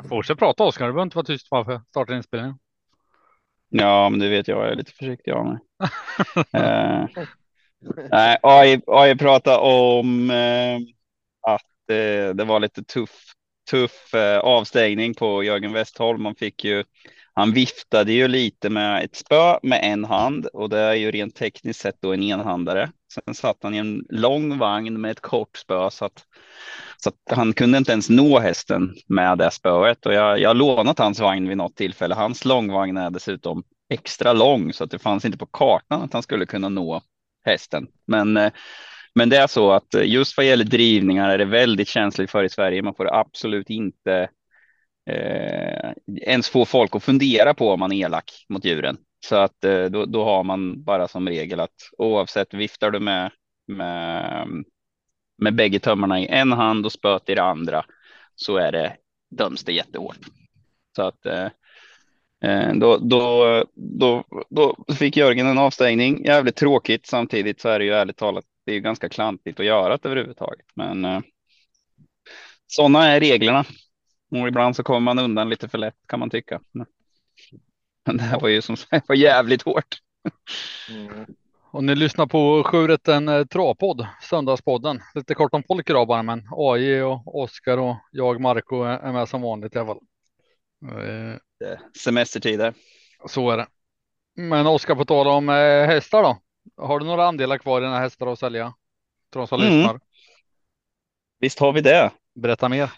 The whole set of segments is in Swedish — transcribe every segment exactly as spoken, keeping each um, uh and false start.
Fortsätt prata, Oskar. Du behöver inte vara tyst bara för att starta inspelningen. Ja, men du vet jag är lite försiktig av mig. Eh, nej, A I, A I pratar om eh, att eh, det var lite tuff, tuff eh, avstängning på Jörgen Westholm. Man fick ju, han viftade ju lite med ett spö med en hand och det är ju rent tekniskt sett då en enhandare. Sen satt han i en lång vagn med ett kort spö så att, så att han kunde inte ens nå hästen med det spöet. Och jag, jag har lånat hans vagn vid något tillfälle. Hans långvagn är dessutom extra lång så att det fanns inte på kartan att han skulle kunna nå hästen. Men eh, men det är så att just vad gäller drivningar är det väldigt känsligt för i Sverige. Man får absolut inte eh, ens få folk att fundera på om man är elak mot djuren. Så att eh, då, då har man bara som regel att oavsett viftar du med, med, med bägge tömmarna i en hand och spöt i det andra så är det, döms det jättehårt. Så att eh, eh, då, då, då, då fick Jörgen en avstängning. Jävligt tråkigt. Samtidigt så är det ju ärligt talat det är ju ganska klantigt att göra det överhuvudtaget. Men eh, sådana är reglerna. Och ibland så kommer man undan lite för lätt kan man tycka. Men det här Ja. var ju som sagt var jävligt hårt. Mm. Och ni lyssnar på Sjurätten eh, Travpodd, Söndagspodden. Lite kort om folk idag bara, men A I och Oskar och jag, Marco, är är med som vanligt i alla fall. Eh, Eh, Semestertider. Så är det. Men Oskar, på tal om eh, hästar då. Har du några andelar kvar i dina hästar att sälja? Till de som Mm, lyssnar. visst har vi det. Berätta mer.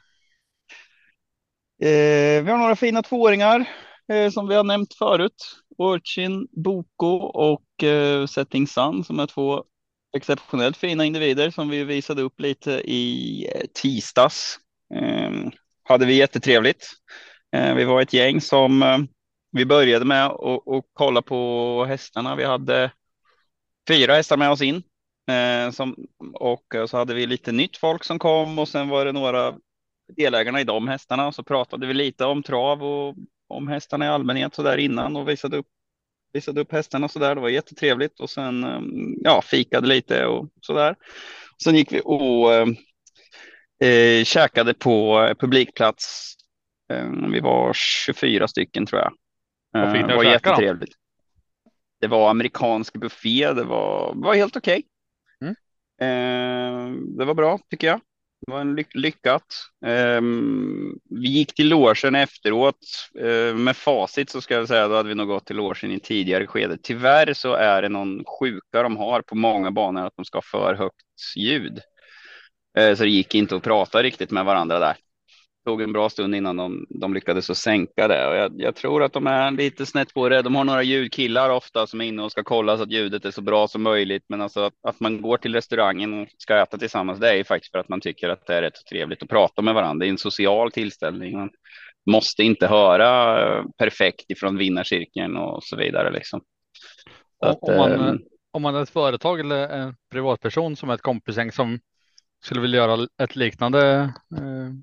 Eh, vi har några fina tvååringar eh, som vi har nämnt förut. Orchin, Boko och eh, Setting Sun som är två exceptionellt fina individer som vi visade upp lite i eh, tisdags. Eh, hade vi jättetrevligt. Eh, vi var ett gäng som eh, vi började med att och kolla på hästarna. Vi hade fyra hästar med oss in. Eh, som, och så hade vi lite nytt folk som kom och sen var det några delägarna i de hästarna och så pratade vi lite om trav och om hästarna i allmänhet så där innan och visade upp, visade upp hästarna så där. Det var jättetrevligt och sen eh, ja, fikade lite och så där. Sen gick vi och eh, eh, käkade på publikplats. Eh, vi var tjugofyra stycken tror jag. Vad Eh, fick ni det att var käka då? jättetrevligt. Det var amerikansk buffé. Det var, var helt okej. Mm. Eh, det var bra tycker jag. Det var en ly lyckat. Eh, vi gick till logen efteråt. Eh, med facit så ska jag säga då hade vi nog gått till logen i tidigare skede. Tyvärr så är det någon sjuka de har på många banor att de ska ha för högt ljud. Eh, så det gick inte att prata riktigt med varandra där. Tog en bra stund innan de, de lyckades att sänka det. Och jag, jag tror att de är lite snett på det. De har några ljudkillar ofta som är inne och ska kolla så att ljudet är så bra som möjligt. Men alltså att, att man går till restaurangen och ska äta tillsammans, det är ju faktiskt för att man tycker att det är rätt så trevligt att prata med varandra. Det är en social tillställning. Man måste inte höra eh, perfekt ifrån vinnarcirkeln och så vidare liksom. Så Om, att, om man, eh, eh, om man är ett företag eller en privatperson som är ett kompisgäng som skulle vilja göra ett liknande eh,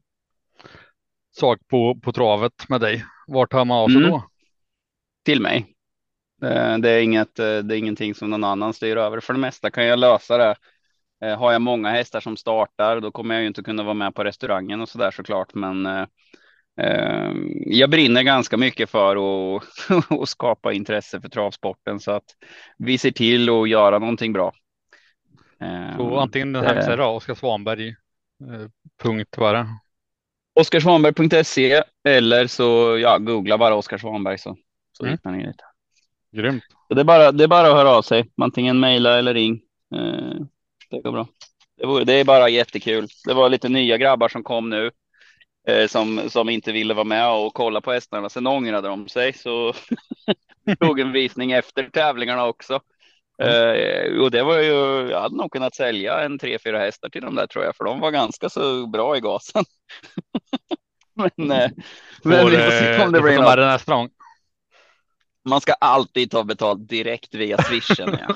sak på, på travet med dig. Vart hör man av sig mm, då? till mig. Eh, Det är inget, eh, det är ingenting som någon annan styr över. För det mesta kan jag lösa det. Eh, Har jag många hästar som startar, då kommer jag ju inte kunna vara med på restaurangen och så där såklart. Men eh, eh, jag brinner ganska mycket för att, att skapa intresse för travsporten så att vi ser till att göra någonting bra. Eh, Så antingen en det, hemsida, Oskar Svanberg, eh, punkt vad är det? oskarsvanberg punkt se eller så ja, googla bara Oskar Svanberg så, så Mm, hittar ni det. grymt. Så det är bara, det är bara att höra av sig, antingen mejla eller ring. Eh, det går bra. Det, vore, det är bara jättekul. Det var lite nya grabbar som kom nu. Eh, som, som inte ville vara med och kolla på hästarna. Sen ångrade de sig så tog en visning efter tävlingarna också. Mm. Eh, och det var ju, jag hade nog kunnat sälja en tre, fyra hästar till dem där tror jag. För de var ganska så bra i gasen. men, eh, men Får, vi får se eh, om det du får blir ta med något. det nästa gång. Man ska alltid ta betalt direkt via swishen. Ja.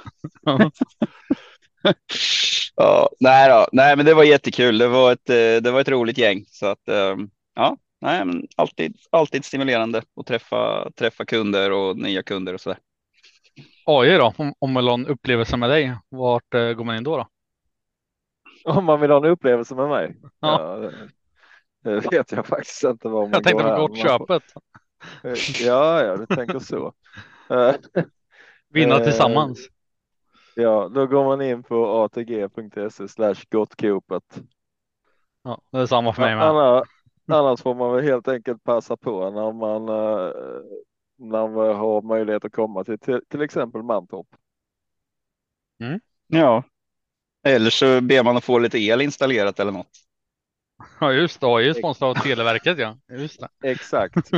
Ja, nej då. Nej, men det var jättekul. Det var ett, eh, det var ett roligt gäng. Så att, eh, ja, nej, men alltid, alltid stimulerande att träffa, träffa kunder och nya kunder och så där. A I då, om, om man vill ha en upplevelse med dig, vart eh, går man in då? då? Om man vill ha en upplevelse med mig. Ja, Ja, Det vet jag faktiskt inte var man Jag tänkte går på här. Man får, gottköpet. ja, ja, du tänker så. Eh, Vinna eh, tillsammans. ja, då går man in på atg.se slash gottkopet. Ja, det är samma för mig med. Annars, annars får man väl helt enkelt passa på när man, eh, när man har möjlighet att komma till till, till exempel Mantorp. Mm. Ja, eller så ber man att få lite el installerat eller något. Ja, just det. A I är Ex- sponsrad av Televerket, ja. Just det. Exakt.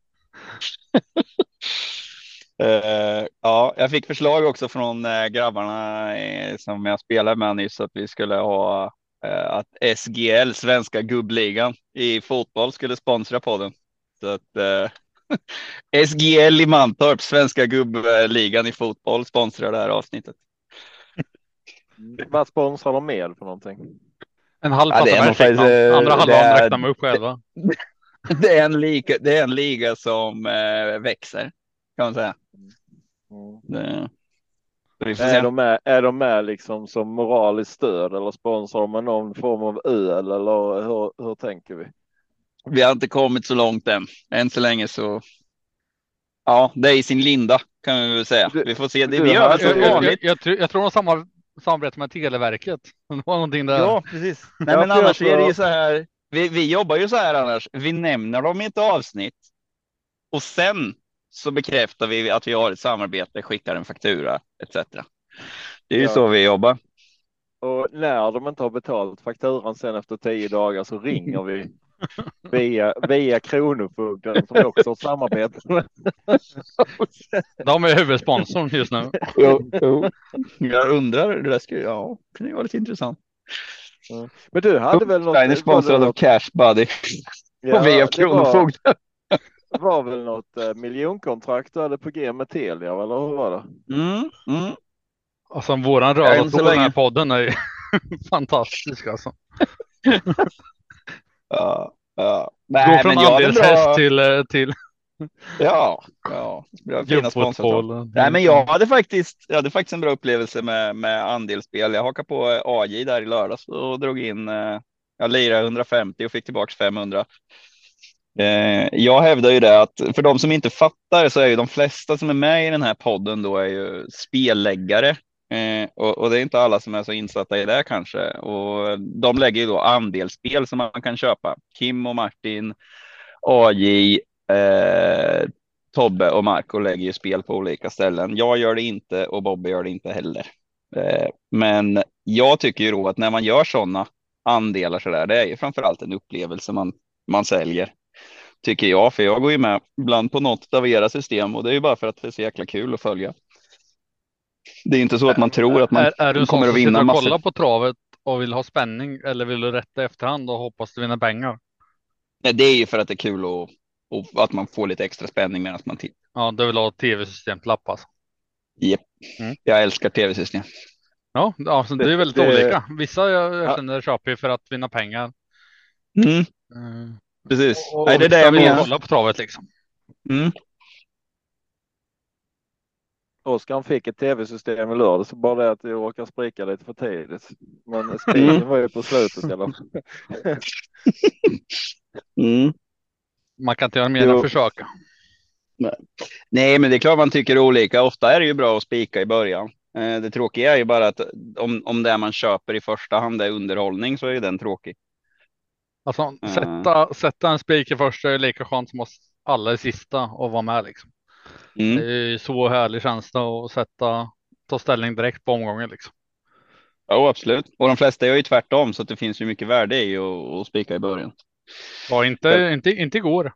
Eh, ja, jag fick förslag också från uh, grabbarna eh, som jag spelade med nyss att vi skulle ha eh, att S G L, Svenska Gubbligan i fotboll, skulle sponsra podden. Så att eh, S G L i Mantorp, Svenska Gubbligan i fotboll, sponsrar det här avsnittet. Vad sponsrar de med för någonting? En halv Ja, det flaska är nog bärs fick faktiskt, man. eh, Andra det halvan är- räknar man upp själva. Det är en liga, det är en liga som eh, växer, kan man säga. Mm. Det, vi får Är se. de med, är de med liksom som moraliskt stöd eller sponsrar de med någon form av öl eller hur, hur tänker vi? Vi har inte kommit så långt än. Än så länge så. Ja, det är i sin linda kan vi väl säga. Du- Vi får se. Det, du vi gör väl hade- som Jag, jag, jag, vanligt. jag, tror- jag tror de samar, samarbetar med Televerket. Det var någonting där. Ja, precis. Nej, Ja, men för jag annars tror- är det ju så här. Vi, vi jobbar ju så här annars. Vi nämner dem i ett avsnitt. Och sen så bekräftar vi att vi har ett samarbete, skickar en faktura et cetera. Det är ju Ja. så vi jobbar. Och när de inte har betalt fakturan sen efter tio dagar så ringer vi via, via Kronofogden som vi också har samarbete med. De är huvudsponsorn just nu. Jo, jo. Jag undrar, det där skulle, ja, det kan ju vara lite intressant. Men du hade väl något? Steiner var det sponsrad av något- Cash Buddy Ja, och via det var, Kronofogden. var väl något eh, miljonkontrakt du hade på G med Telia eller hur var det? Mm, mm. Alltså våran Ja, röda än så tråd i den här länge. podden är fantastisk alltså. Ja, ja. Gå Nej, från men jag hade en andelshäst bra... till, eh, till Ja, ja. Bra, fina sponsorer. gubbfotboll. Nej, men jag hade faktiskt, jag hade faktiskt en bra upplevelse med, med andelsspel. Jag hakade på eh, A J där i lördags och drog in, eh, jag lirade hundrafemtio och fick tillbaka femhundra. Eh, jag hävdar ju det att för de som inte fattar så är ju de flesta som är med i den här podden då är ju spelläggare. Eh, och, och det är inte alla som är så insatta i det kanske. Och de lägger ju då andelsspel som man kan köpa. Kim och Martin, A J, eh, Tobbe och Marco lägger ju spel på olika ställen. Jag gör det inte och Bobby gör det inte heller. Eh, men jag tycker ju då att när man gör sådana andelar så där, det är ju framförallt en upplevelse man, man säljer. Tycker jag, för jag går ju med ibland på något av era system och det är ju bara för att det är så jäkla kul att följa. Det är inte så att man tror att man är, är du en sån kommer som att sitter vinna och massor. kollar på travet och vill ha spänning eller vill du rätta i efterhand och hoppas du vinner pengar? Nej, det är ju för att det är kul och, och att man får lite extra spänning medan man tittar. Ja, du vill ha tv-system till lapp alltså. Yep. Mm. Jag älskar tv-system. Ja, alltså, det är väldigt Det- olika. Vissa jag, jag Ja. känner köper ju för att vinna pengar. Mm, Mm. precis. Och, Nej, och det är det vissa jag vill menar. kolla på travet liksom. Mm. Oskar fick ett tv-system i lördag så bara det att jag råkar spricka lite för tidigt. Men spiken Mm. var ju på slutet i alla fall. Mm. Man kan inte göra mer än att Jo. försöka. Nej, men det är klart man tycker olika. Ofta är det ju bra att spika i början. Eh, Det tråkiga är ju bara att om, om det man köper i första hand är underhållning så är ju den tråkig. Alltså, Mm. sätta, sätta en spik i första är lika skönt som oss alla i sista och vara med liksom. Mm. Det är ju så härlig känsla att sätta, ta ställning direkt på omgången liksom. Ja, absolut. Och de flesta gör ju tvärtom så att det finns ju mycket värde i att, att spika i början. Ja, inte, inte, inte igår.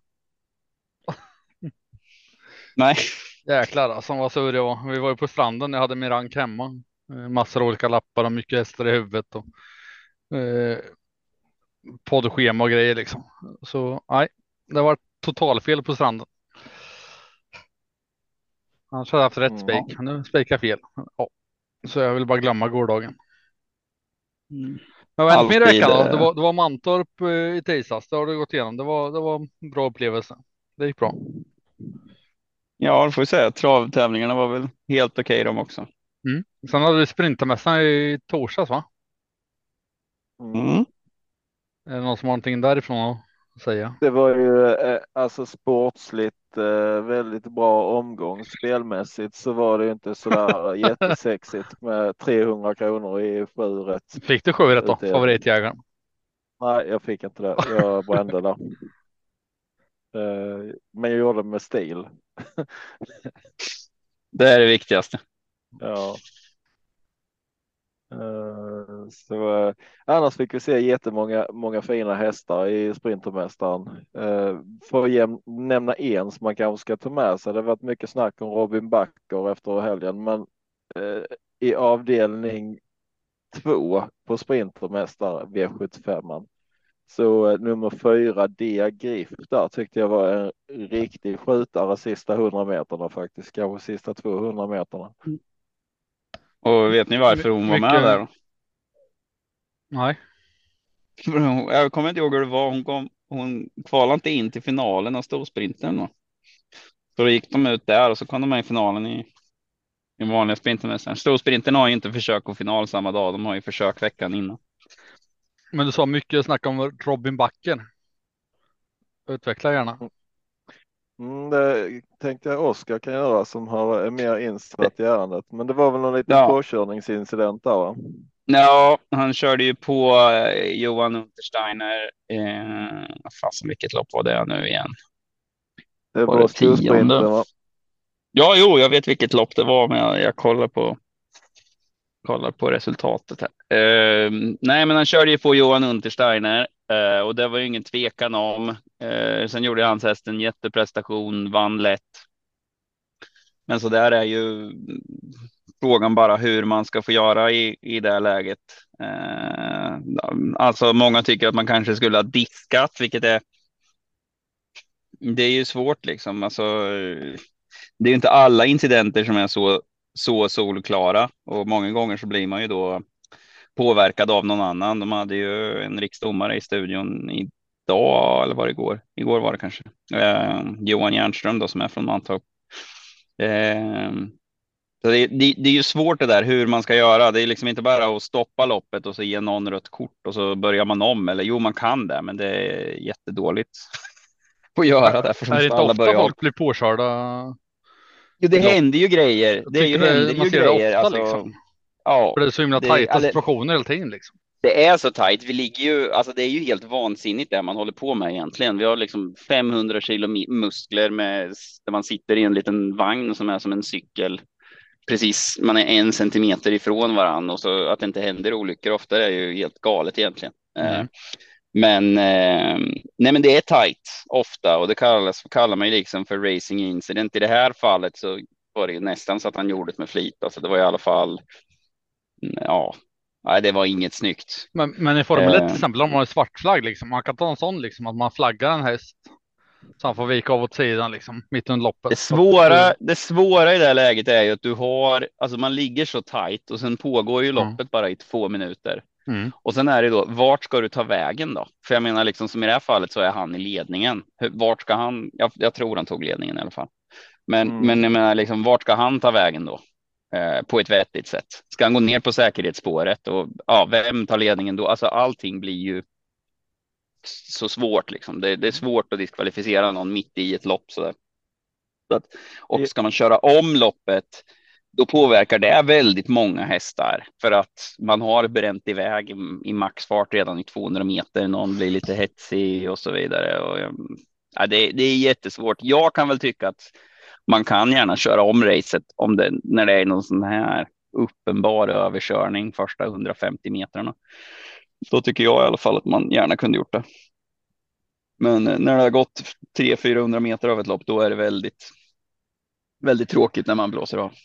Nej. Jäklar alltså vad sur jag var. Vi var ju på stranden, jag hade min rank hemma. Eh, Massor av olika lappar och mycket hästar i huvudet. Och, eh, poddschema och grejer liksom. Så nej, det var totalfel på stranden. Annars hade jag haft rätt Mm. spik. Nu spikar jag fel. Ja. Så jag vill bara glömma gårdagen. Mm. Men vad har hänt mer i Alltid, veckan då? eh, Det var, det var Mantorp eh, i tisdags. Det har du gått igenom. Det var, det var en bra upplevelse. Det gick bra. Ja, det får vi säga. Travtävlingarna var väl helt okej de också. Mm. Sen hade vi sprintermässan i torsdags va? Mm. Mm. Är det någon som har någonting därifrån att att säga. Det var ju eh, alltså sportsligt eh, väldigt bra omgång. Spelmässigt så var det ju inte sådär jättesexigt med trehundra kronor i sju rätt Fick du sju rätt då? utdelning. Favoritjägaren. Nej, jag fick inte det. Jag brände där. Eh, men jag gjorde det med stil. Det är det viktigaste. Ja. Uh, så, uh, annars fick vi se jättemånga många fina hästar i Sprintermästaren. Uh, för att jäm, nämna en som man kanske ska ta med sig. Det har varit mycket snack om Robin Backer efter helgen, men uh, i avdelning två på Sprintermästare V sjuttiofem så uh, nummer fyra Dia Griff där tyckte jag var en riktig skjutare sista hundra meterna faktiskt, kanske sista tvåhundra meterna. Och vet ni varför hon var Mycket... med där? Nej. Jag kommer inte ihåg hur det var. Hon, kom, hon kvalade inte in till finalen av storsprinten. Då. Så då gick de ut där och så kom de med i finalen i, i vanliga sprintermästaren. Storsprinten har ju inte försök och final samma dag. De har ju försök veckan innan. Men du sa mycket snack om Robin Backer. Utveckla gärna. Mm, det tänkte jag Oskar kan göra som har är mer insatt i ärendet. Men det var väl någon liten Ja. påkörningsincident där va? Ja, han körde ju på eh, Johan Untersteiner. Eh, fasen, vilket lopp var det nu igen? Det Var var det storsprinten tionde? va? Ja, jo, jag vet vilket lopp det var, men jag, jag kollar på kollar på resultatet här. Eh, nej, men han körde ju på Johan Untersteiner eh, och det var ju ingen tvekan om. Eh, sen gjorde hans häst en jätteprestation, vann lätt. Men så där är ju frågan bara hur man ska få göra i, i det här läget. Eh, alltså många tycker att man kanske skulle ha diskat, vilket är det är ju svårt liksom. Alltså, det är ju inte alla incidenter som är så, så solklara och många gånger så blir man ju då påverkad av någon annan. De hade ju en riksdomare i studion idag, eller var det igår? Igår var det kanske. Eh, Johan Jernström då som är från Mantorp. Eh, så det, det, det är ju svårt det där hur man ska göra. Det är liksom inte bara att stoppa loppet och så ge någon rött kort och så börjar man om. Eller jo, man kan det, men det är jättedåligt att göra därför som är det inte alla ofta börjar folk blir påkörda? Jo, det lopp? händer ju grejer. Jag Det är ju, tycker det, händer man ju ser grejer. det ofta Alltså, liksom. ja, För det är så himla det- tajta eller- situationer hela tiden liksom. det är så tajt. Vi ligger ju, alltså det är ju helt vansinnigt det man håller på med egentligen. Vi har liksom femhundra kilo mi- muskler med, där man sitter i en liten vagn som är som en cykel. Precis, man är en centimeter ifrån varann och så att det inte händer olyckor ofta är ju helt galet egentligen. Mm. Eh, Men, eh, nej, men det är tajt ofta och det kallas, kallar man ju liksom för racing incident. I det här fallet så var det ju nästan så att han gjorde det med flit. Alltså det var i alla fall, ja, nej, det var inget snyggt. Men, men i Formel ett Eh. till exempel om man har svart flagg liksom. Man kan ta en sån liksom att man flaggar en häst så han får vika av åt sidan liksom mitt under loppet. Det svåra, det svåra i det här läget är ju att du har, alltså man ligger så tajt och sen pågår ju loppet Mm. bara i två minuter. Mm. Och sen är det då, vart ska du ta vägen då? För jag menar liksom som i det här fallet så är han i ledningen. Hur- Vart ska han, jag, jag tror han tog ledningen i alla fall. Men, Mm. men jag menar liksom, vart ska han ta vägen då? Eh, på ett vettigt sätt. Ska han gå ner på säkerhetsspåret och ja, vem tar ledningen då? Alltså allting blir ju så svårt liksom. Det, det är svårt att diskvalificera någon mitt i ett lopp sådär. Så att, och ska man köra om loppet, då påverkar det väldigt många hästar för att man har bränt iväg i, i maxfart redan i tvåhundra meter. Någon blir lite hetsig och så vidare. Och, ja, det, det är jättesvårt. Jag kan väl tycka att man kan gärna köra om racet om det, när det är någon sån här uppenbar överkörning första hundrafemtio metrarna. Då tycker jag i alla fall att man gärna kunde gjort det. Men när det har gått tre hundra till fyrahundra meter av ett lopp, då är det väldigt, väldigt tråkigt när man blåser av.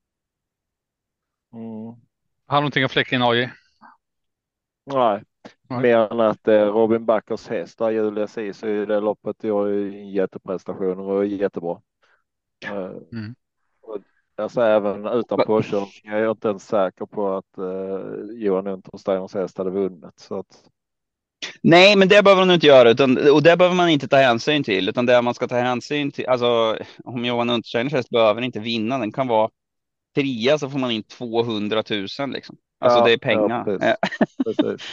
Mm. Har du någonting att fläcka in A J? Nej, Nej. mer än att eh, Robin Backers häst där Julius i så är det loppet gör ju jätteprestationer och är jättebra. Eh, Mm. och, alltså även utan påkörning är jag inte ens säker på att eh, Johan Untersteiners häst hade vunnit. Så att, Nej, men det behöver man inte göra, utan, och det behöver man inte ta hänsyn till, utan det man ska ta hänsyn till, alltså om Johan Untersteiners häst behöver inte vinna, den kan vara trea så får man in tvåhundratusen liksom. Alltså ja, det är pengar. Ja, precis. precis.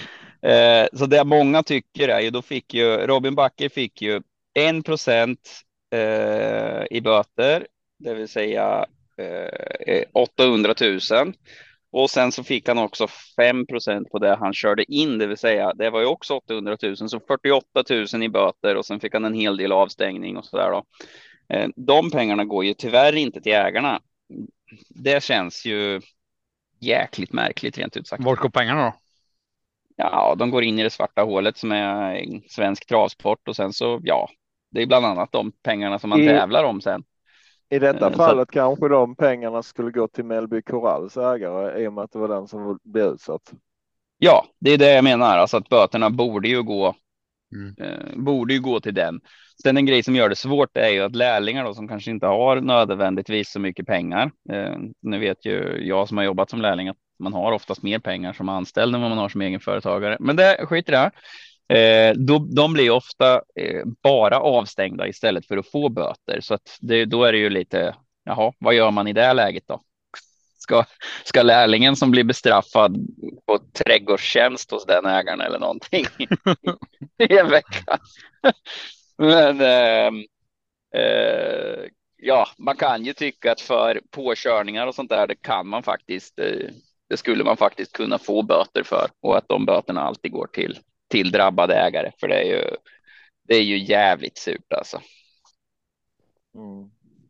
Eh, så det många tycker är ju, då fick ju Robin Backer fick ju en procent eh, i böter, det vill säga eh, åttahundratusen. Och sen så fick han också fem procent på det han körde in, det vill säga det var ju också åttahundratusen, så fyrtioåtta tusen i böter och sen fick han en hel del avstängning och sådär då. Eh, de pengarna går ju tyvärr inte till ägarna. Det känns ju jäkligt märkligt rent ut sagt. Vart går pengarna då? Ja, de går in i det svarta hålet som är svensk travsport och sen så, ja, det är bland annat de pengarna som man I, tävlar om sen. I detta Eh, så fallet att, kanske de pengarna skulle gå till Mellby Corrals ägare i och med att det var den som blev utsatt. ja, det är det jag menar, alltså att böterna borde ju gå Mm. eh, borde ju gå till den. Sen en grej som gör det svårt är ju att lärlingar då, som kanske inte har nödvändigtvis så mycket pengar. Eh, nu vet ju jag som har jobbat som lärling att man har oftast mer pengar som anställd än vad man har som egen företagare. Men det skiter det. Eh, då, de blir ofta eh, bara avstängda istället för att få böter. Så att det, då är det ju lite, jaha, vad gör man i det läget då? Ska, ska lärlingen som blir bestraffad på trädgårdstjänst hos den ägaren eller någonting i en vecka? Men eh, eh, ja, man kan ju tycka att för påkörningar och sånt där, det kan man faktiskt, eh, det skulle man faktiskt kunna få böter för, och att de böterna alltid går till till drabbade ägare, för det är ju det är ju jävligt surt alltså. Mm.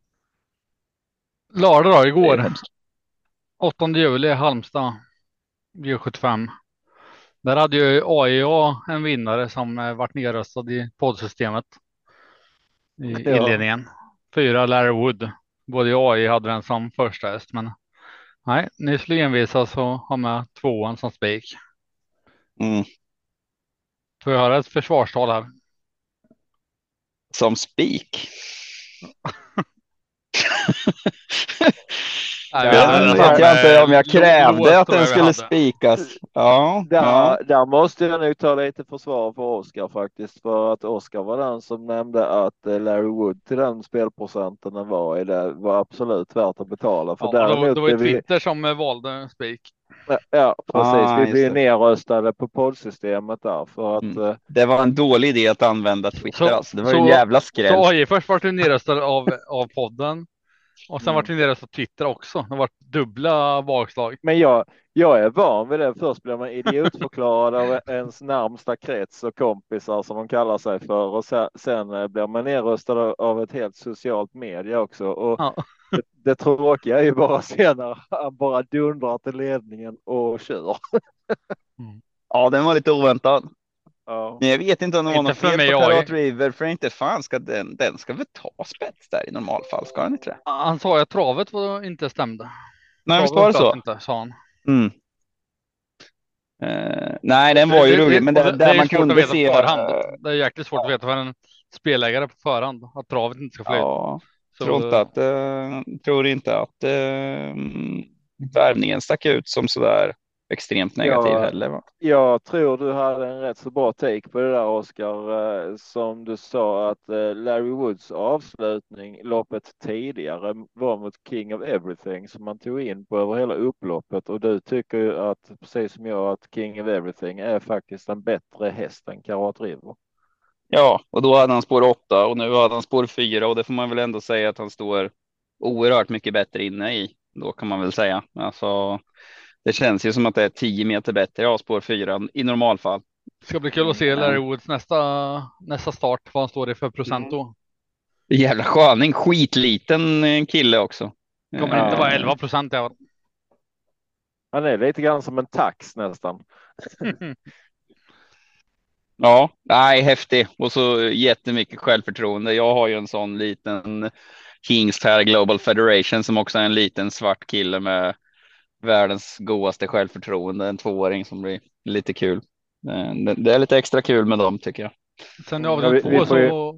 Lördag då, Det är igår. hemskt. åttonde juli, Halmstad. V sjuttiofem. Där hade ju A I A en vinnare som eh, vart nedröstad i poddsystemet i Ja. inledningen. Fyra Larry Wood. Både A I hade den som första häst, men nej, ni skulle envisas och ha med tvåan som spik. Mm. Får jag höra ett försvarstal här? Som spik. Nej, Ja, vi Jag hade vet nästan, jag inte om jag eh, krävde låst att tror den jag vi skulle hade. spikas. Ja, Där, ja. där måste jag nog ta lite försvar för Oscar faktiskt, för att Oscar var den som nämnde att eh, Larry Wood till den spelprocenten den var i det var absolut värt att betala. För Ja, och då, däremot då var det blev vi, Twitter som eh, valde spik. ja precis, Ah, vi just blev det. nerröstade på poddsystemet där för att Mm. eh, Det var en dålig idé att använda Twitter Så, alltså. Det var ju en så, jävla så skräll. A I först vart du nerröstad av, av podden och sen Mm. vart du nerröstad av Twitter också. Det var dubbla bakslag. Men jag, jag är van vid det. Först blir man idiotförklarad av ens närmsta krets och kompisar som de kallar sig för. Och sen, sen blir man nedröstad av ett helt socialt media också. Och Ja. det, det tråkiga är ju bara sen när han bara dundrar till ledningen och kör. Mm. Ja, den var lite oväntad. Ja. Men jag vet inte om det var Inte något för fel mig, på A I. Karat River, för inte fan ska den, den ska väl ta spets där i normalfall, ska den inte det? Han sa ju att travet var, inte stämde. Nej, visst Travet var det sköt så? inte, sa han. Mm. Eh, nej, den Det, var ju det, rolig, det, men det, där, det där är ju man svårt att kunde veta se. på förhand. eh, Det är jäkligt svårt att veta för en spelägare på förhand att travet inte ska flyta. Ja, Så, tror inte att, eh, tror inte att eh, värvningen stack ut som sådär extremt negativ Ja, heller. Va? jag tror du hade en rätt så bra take på det där Oskar, eh, som du sa att eh, Larry Woods avslutning loppet tidigare var mot King of Everything som man tog in på över hela upploppet, och du tycker ju att precis som jag att King of Everything är faktiskt en bättre häst än Karat River. Ja, och då hade han spår åtta och nu hade han spår fyra, och det får man väl ändå säga att han står oerhört mycket bättre inne i. Då kan man väl säga. Alltså, det känns ju som att det är tio meter bättre av spår fyra i normalfall. det ska bli kul att se Larry Woods nästa, nästa start. Vad han står i för procent då. Jävla sköning, skitliten eh, kille också. Kommer inte Eh, vara elva procent. Ja. Han är lite grann som en tax nästan. Ja, nej, häftig. Och så jättemycket självförtroende. Jag har ju en sån liten hingst här, Global Federation, som också är en liten svart kille med världens godaste självförtroende. En tvååring som blir lite kul. Eh, Det, det är lite extra kul med dem tycker jag. Sen i Ja, avdelning vi- vi två får ju- så.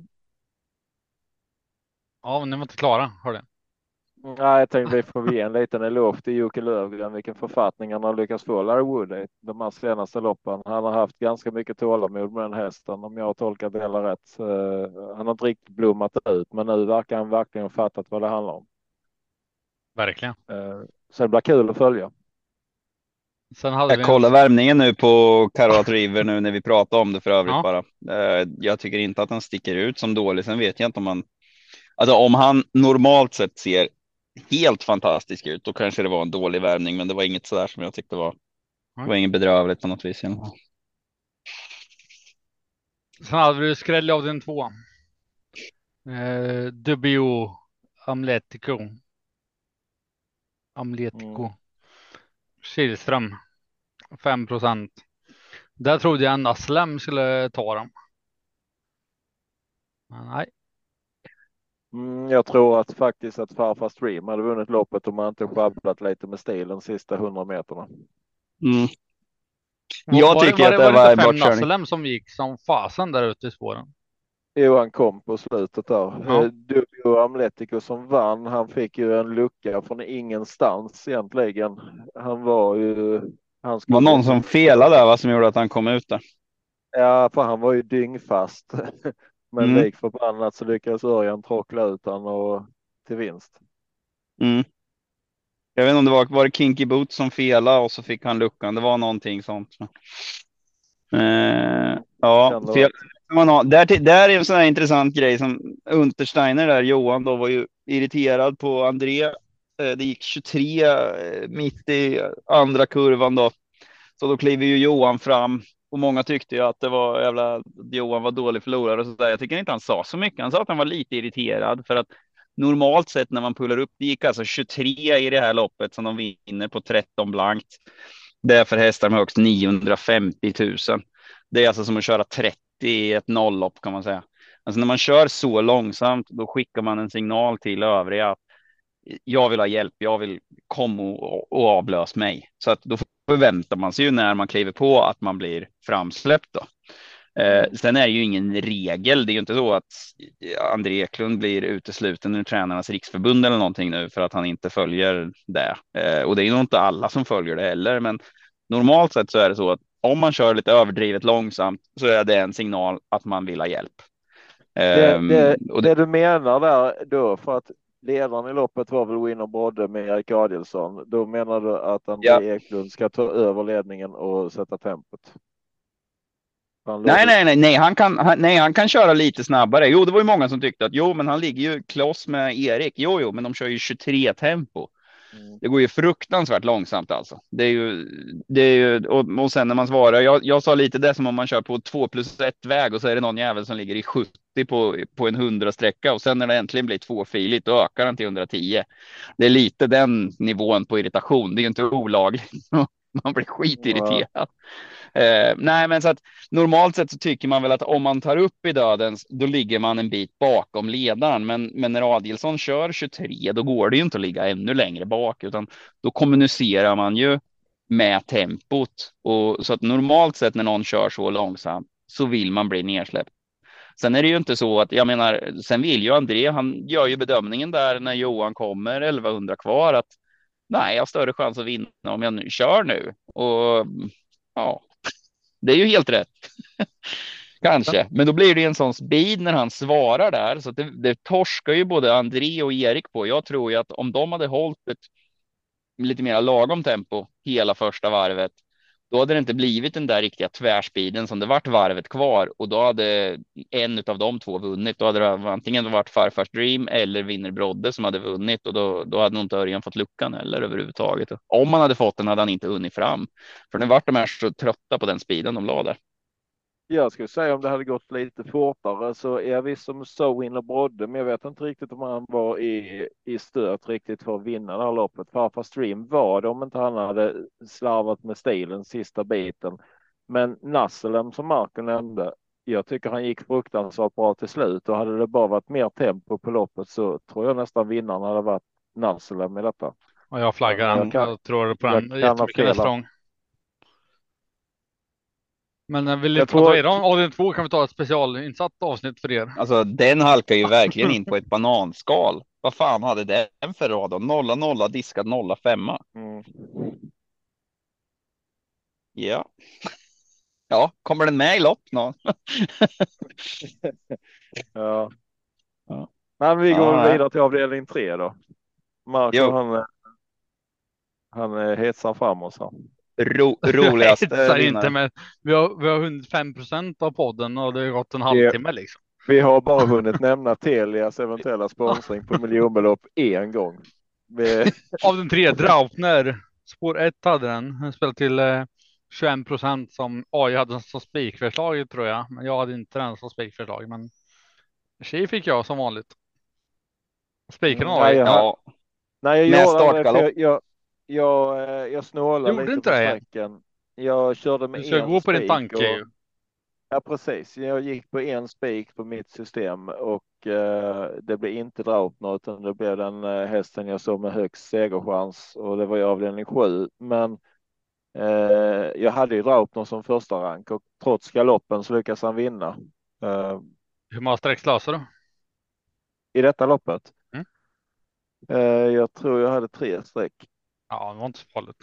Ja, ni var inte klara. Hörde. Nej, jag tänkte vi får ge en liten eloge till Jocke Löfgren, vilken författning han har lyckats få Larry Wood i de här senaste loppen. Han har haft ganska mycket tålamod med den hästen, om jag har tolkat det hela rätt. Uh, han har inte riktigt blommat ut, men nu verkar han verkligen ha fattat vad det handlar om. Verkligen. Uh, så det blir kul att följa. Sen hade Jag vi kollar en... värmningen nu på Karat River nu när vi pratar om det för övrigt Ja, bara. Eh, Jag tycker inte att han sticker ut som dålig. Sen vet jag inte om han, alltså om han normalt sett ser helt fantastisk ut, då kanske det var en dålig värmning, men det var inget sådär som jag tyckte var, det nej. var inget bedrövligt på något vis. i alla fall. Sen hade vi skräll av den två. Eh, W Amletico. Mm. Amletico. Kihlström. fem procent. Där trodde jag en Aslem skulle ta dem. Men nej. Mm, jag tror att faktiskt att farfar Stream hade vunnit loppet om han inte sjabblat lite med stilen sista hundra meterna. Mm. Var, Jag var, det, tycker var, att det, det var det var inte en fem bortkörning. Nasselem som gick som fasen där ute i spåren? Jo, han kom på slutet där. Ja. Eh, Dubio Amletico som vann, han fick ju en lucka från ingenstans egentligen. Han var ju... Han Det var skulle någon som felade där, vad som gjorde att han kom ut där. Ja, för han var ju dyngfast. Men Mm. lik förbannat så lyckades Örjan tråckla ut han och till vinst. Mm. Jag vet inte om det var, var det Kinky Boots som felade och så fick han luckan. Det var någonting sånt. Eh, ja, Kan det vara. fel. Man har, där, till- där är en sån här intressant grej som Untersteiner där, Johan då var ju irriterad på André. Eh, det gick tjugotre eh, mitt i andra kurvan då. Så då kliver ju Johan fram och många tyckte ju att det var jävla Johan var dålig förlorare och så där. Jag tycker inte han sa så mycket. Han sa att han var lite irriterad för att normalt sett när man pullar upp, det gick alltså tjugotre i det här loppet som de vinner på tretton blankt. Det är för hästar med högst niohundrafemtio tusen. Det är alltså som att köra trettio i ett nolllopp kan man säga. Alltså när man kör så långsamt, då skickar man en signal till övriga att jag vill ha hjälp, jag vill komma och, och avlös mig. Så att då förväntar man sig ju när man kliver på att man blir framsläppt då. Eh, Mm. sen är det ju ingen regel. Det är ju inte så att André Eklund blir utesluten ur Tränarnas riksförbund eller någonting nu för att han inte följer det. Eh, och det är nog inte alla som följer det heller. Men normalt sett så är det så att om man kör lite överdrivet långsamt så är det en signal att man vill ha hjälp. Det, Eh, det, och det, det du menar där då, för att ledaren i loppet var väl Winner Brodde med Erik Adielsson. Då menar du att ja. André Eklund ska ta över ledningen och sätta tempot? Han Nej, leder. nej, nej, nej, han kan, han, nej, han kan köra lite snabbare. Jo, det var ju många som tyckte att jo, men han ligger ju kloss med Erik. Jo, jo, men de kör ju tjugotre tempo. Mm. Det går ju fruktansvärt långsamt alltså. Det är ju, det är ju och, och sen när man svarar, jag, jag sa lite det som om man kör på två plus ett väg och så är det någon jävel som ligger i sjuttio på, på en hundra sträcka och sen när det äntligen blir tvåfiligt då ökar han till hundratio. Det är lite den nivån på irritation. Det är ju inte olagligt. Man blir skitirriterad. Eh, nej, men så att normalt sett så tycker man väl att om man tar upp i dödens, då ligger man en bit bakom ledaren. Men, men när Adielsson kör tjugotre, då går det ju inte att ligga ännu längre bak, utan då kommunicerar man ju med tempot. Och så att normalt sett när någon kör så långsamt så vill man bli nedsläppt. Sen är det ju inte så att, jag menar, sen vill ju André, han gör ju bedömningen där när Johan kommer elvahundra kvar att nej, jag har större chans att vinna om jag nu kör nu. Och ja, det är ju helt rätt. Kanske, men då blir det en sån speed när han svarar där så att det, det torskar ju både André och Erik på. Jag tror ju att om de hade hållit ett lite mer lagom tempo hela första varvet, då hade det inte blivit den där riktiga tvärspeeden som det vart varvet kvar och då hade en av de två vunnit. Då hade det antingen varit Farfars Dream eller Winner Brodde som hade vunnit och då, då hade nog inte Örjan fått luckan eller överhuvudtaget. Om man hade fått den hade han inte hunnit fram. För nu vart de här så trötta på den speeden de la där. Jag skulle säga om det hade gått lite fortare så är jag visst som så Winner Brodde, men jag vet inte riktigt om han var i, i stöt riktigt för att vinna det här loppet. Farfar Stream var det om inte han hade slarvat med stilen sista biten. Men Nasselem som Marco nämnde, jag tycker han gick fruktansvärt bra till slut och hade det bara varit mer tempo på loppet så tror jag nästan vinnaren hade varit Nasselem i detta. Och jag flaggar den. Jag, kan, Jag tror på jag den kan ha jättemycket fel. nästa gång. Men eh, vill ni Jag prata tror- vidare om avdelning två kan vi ta ett specialinsatt avsnitt för er. Alltså den halkar ju verkligen in på ett bananskal. Vad fan hade den för rad då? Nolla, nolla, diskad, nolla, femma. Mm. Ja. Ja, kommer den med i lopp någon? Ja. Ja. Men vi Ja, går nej. vidare till avdelning tre då. Marco Jo. han, han hetsar fram oss här. ro, Jag roligaste hetsar inte, vinnare. men vi har, vi har hunnit fem procent av podden och det har gått en Det, halvtimme liksom. vi har bara hunnit nämna Telias eventuella sponsring på miljonbelopp en gång. Vi, Av den tre, Draupner, spår ett hade den. Den spelade till eh, tjugoett procent som A I hade som spikförslag tror jag. Men jag hade inte den som spikförslag. Men tjej fick jag som vanligt. Spiken mm, A I. nej, jag, ha- Ja, nej, jag med gjorde aldrig det, för startgalopp. jag, jag, jag, eh, jag snålade Gjorde lite inte på det? sträcken. Jag körde med Du ska en gå på din spik tanke och ju. ja, precis. Jag gick på en spik på mitt system och eh, det blev inte Draupner utan det blev den eh, hästen jag såg med högst segerchans och det var i avdelning sju. Men eh, jag hade ju Draupner som första rank och trots galoppen så lyckades han vinna. Eh, Hur många streck slösar du? I detta loppet. Mm. Eh, jag tror jag hade tre streck. Ja, det var inte så farligt.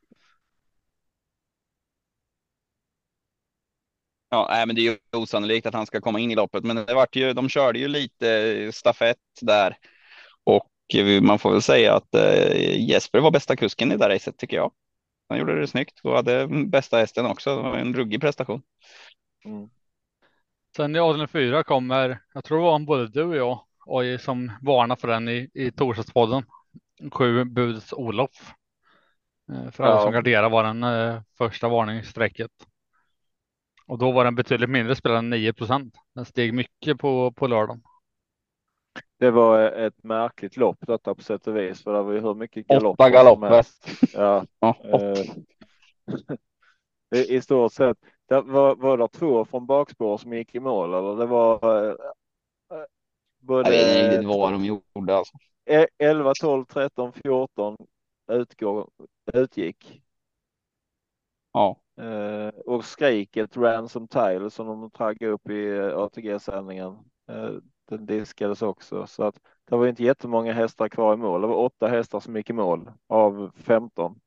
Ja, nej, men det är ju osannolikt att han ska komma in i loppet, men det vart ju, de körde ju lite stafett där och man får väl säga att eh, Jesper var bästa kusken i det där racet tycker jag. Han gjorde det snyggt och hade bästa hästen också. Det var en ruggig prestation. Mm. Sen i avdelning fyra kommer, jag tror det var både du och jag, A I som varnade för den i, i torsdagspodden. Sju buds Olof. Eh, För alla som Ja, garderar var den eh, första varningsstrecket. Och då var den betydligt mindre spelad än nio procent. Den steg mycket på, på lördagen. det var ett märkligt lopp detta på sätt och vis för det var ju hur mycket Åtta galopper som galopper. helst. Ja, Ja, eh, i, i stort sett. Det var, var det två från bakspår som gick i mål eller det var eh, jag vet inte både riktigt vad de gjorde alltså. elva, tolv, tretton, fjorton utgår, utgick. Ja, Eh, och skriket Ransom Tile som de taggade upp i eh, A T G-sändningen. Eh, den diskades också så att det var inte jättemånga hästar kvar i mål. Det var åtta hästar som gick i mål av femton.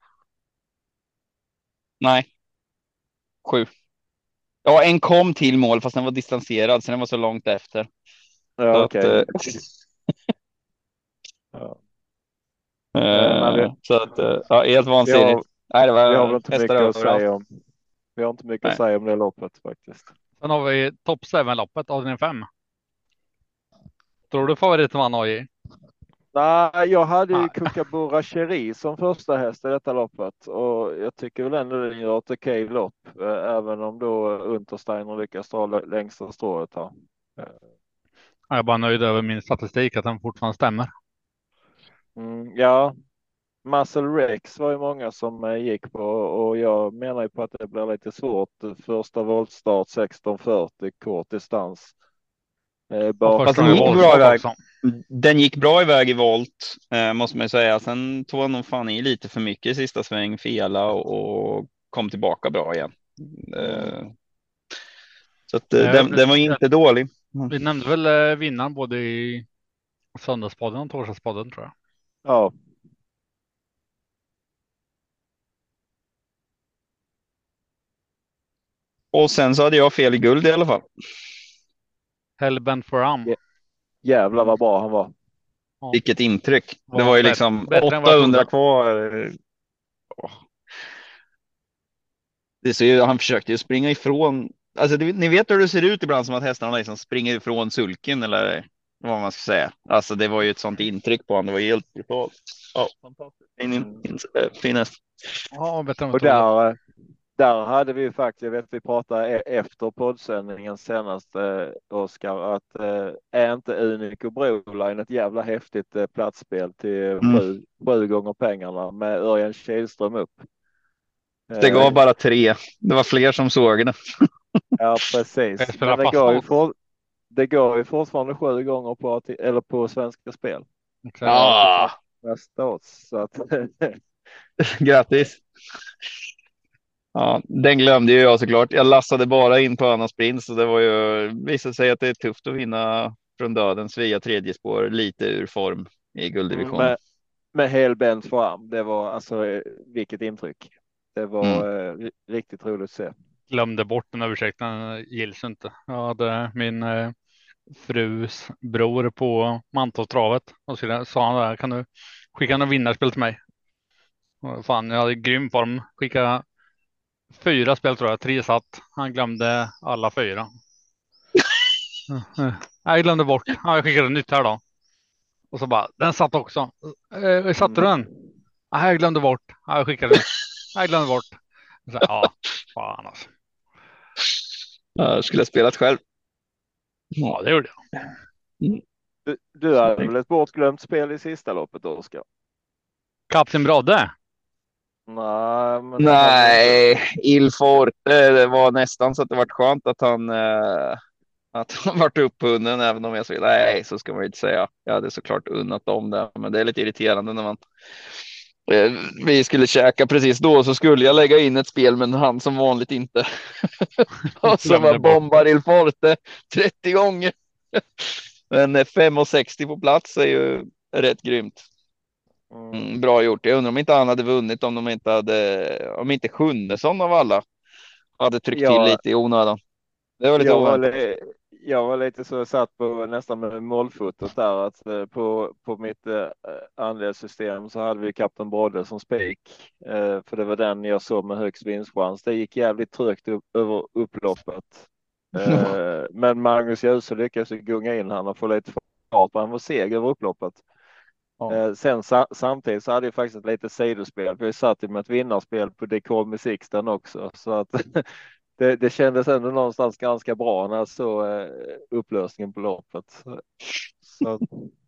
nej. Sju. Ja, en kom till mål fast den var distanserad så den var så långt efter. Ja, Så okej. att, Ja. eh, Eh, men vi, så att eh, ja, helt vi, vansinnigt. har, Nej, det vi har väl var inte hästar mycket att överallt. säga om. Vi har inte mycket Nej. att säga om det loppet faktiskt. Sen har vi topp sju-loppet, avdelning fem. Tror du favoriten vann A I? Nej, jag hade ju Nej. Kookaburra Cherry som första häst i detta loppet och jag tycker väl ändå den gör ett okej lopp, eh, även om då Untersteiner lyckas dra längsta strået här. Jag är bara nöjd över min statistik att den fortfarande stämmer. Mm, ja, Muscle Rex var ju många som eh, gick på och jag menar ju på att det blir lite svårt. Första voltstart sexton fyrtio kort distans. Eh, Och bak- Fast första den gick gången bra voltstart iväg. också. Den gick bra iväg i volt, eh, måste man ju säga. Sen tog han nog fan i lite för mycket i sista sväng, fela och, och kom tillbaka bra igen. Eh, så att, eh, Jag den, hörde- den var inte dålig. Vi nämnde väl eh, vinnaren både i söndagspodden och torsdagspodden tror jag. Ja, Och sen så hade jag fel i guld i alla fall. Hellbent for Am. Ja. jävlar vad bra han var. Ja. Vilket intryck. Det Var var ju bättre- liksom bättre än vad jag åttahundra trodde. kvar. Åh. Det ser ju, han försökte ju springa ifrån. Alltså, det, ni vet hur det ser ut ibland som att hästarna liksom springer ifrån sulken eller vad man ska säga. Alltså det var ju ett sånt intryck på honom. Det var helt brutalt. Ja, fantastiskt. Fin, Mm. fin, äh, fin häst. Ja, bättre än Och vad jag trodde. där, eh, där hade vi ju faktiskt, jag vet vi pratade e- efter poddsändningen senast eh, Oskar, att eh, är inte Unico Broline ett jävla häftigt eh, platsspel till Mm. sju, sju gånger pengarna med Örjan Kihlström upp. Det gav Eh, bara tre. Det var fler som såg det. Ja, Jag precis. spelar Men det går, ju fast for, det går ju fortfarande sju gånger på, AT eller på Svenska Spel. Exakt. Ja, Nästa odds. Så att, grattis. Ja, den glömde ju jag såklart. Jag lassade bara in på Annas Prins och det var ju visade sig att det är tufft att vinna från dödens via tredje spår lite ur form i gulddivisionen. med, med helbent fram. Det var alltså eh, vilket intryck. Det var eh, ri- riktigt roligt att se. Glömde bort den ursäkten, gills inte. Jag hade min eh, frus bror på Mantorpstravet och så sa han där, kan du skicka en vinnarspel till mig? Och fan, jag hade grym form. Skicka fyra spel tror jag, tre satt. Han glömde alla fyra. Mm. Jag glömde bort. Ja, jag skickade nytt här då. Och så bara, den satt också. Eh, satte du den? Ja, jag glömde bort. Ja, jag skickade nytt. Jag glömde bort. Så, ja, fan alltså. Jag skulle ha spelat själv. Ja, det gjorde jag. Mm. Du, du hade väl ett bortglömt spel i sista loppet, Oskar? Kapten Brodde. Nej, men Nej, Il Forte. Det var nästan så att det var skönt att han eh, att han vart upphunnen, även om jag säger nej, så ska man inte säga. Jag hade såklart unnat om det, men det är lite irriterande när man eh, vi skulle käka precis då, så skulle jag lägga in ett spel, men han som vanligt inte. Och så Glömde var bort. bombar Il Forte trettio gånger. Men fem och sextio på plats är ju rätt grymt. Mm, bra gjort. Jag undrar om inte han hade vunnit om de inte hade, om inte Sjunnesson av alla hade tryckt till Ja, lite i onödan. Det var lite jag var, oväntat. li- jag var lite så satt på nästan med målfotot där att eh, på, på mitt eh, andelssystem så hade vi Kapten Brodde som spik. Eh, för det var den jag såg med högst vinstchans. Det gick jävligt trögt upp, över upploppet. Eh, men Magnus Djuse lyckades ju gunga in han och få lite fart på. Han var seg över upploppet. Ja. Eh, sen sa, samtidigt så hade jag faktiskt ett lite sidospel. Vi satt ju med ett vinnarspel på The Call Me Sixten också. Så att det, det kändes ändå någonstans ganska bra när jag såg eh, upplösningen på loppet. Så,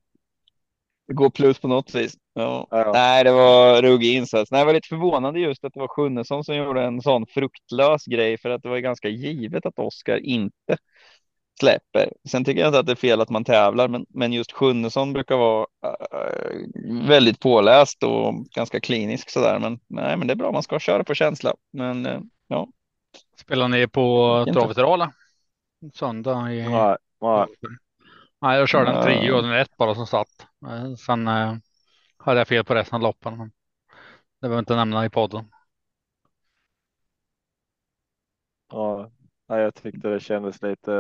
Det går plus på något vis. Ja. ja. Nej, det var ruggig insats. Nej, jag var lite förvånande just att det var Sjunnesson som gjorde en sån fruktlös grej, för att det var ju ganska givet att Oskar inte släpper. Sen tycker jag inte att det är fel att man tävlar, men, men just Sjunnesson brukar vara äh, väldigt påläst och ganska klinisk sådär. Men nej, men det är bra. Man ska köra på känsla. Men äh, ja. Spelar ni på Inte. Traveterala? Söndag i... Nej, nej. Nej, jag körde en trio och Uh, den ett bara som satt. Eh, Sen eh, hade jag fel på resten av loppen. Men det behöver jag inte nämna i podden. Ja, nej, jag tyckte det kändes lite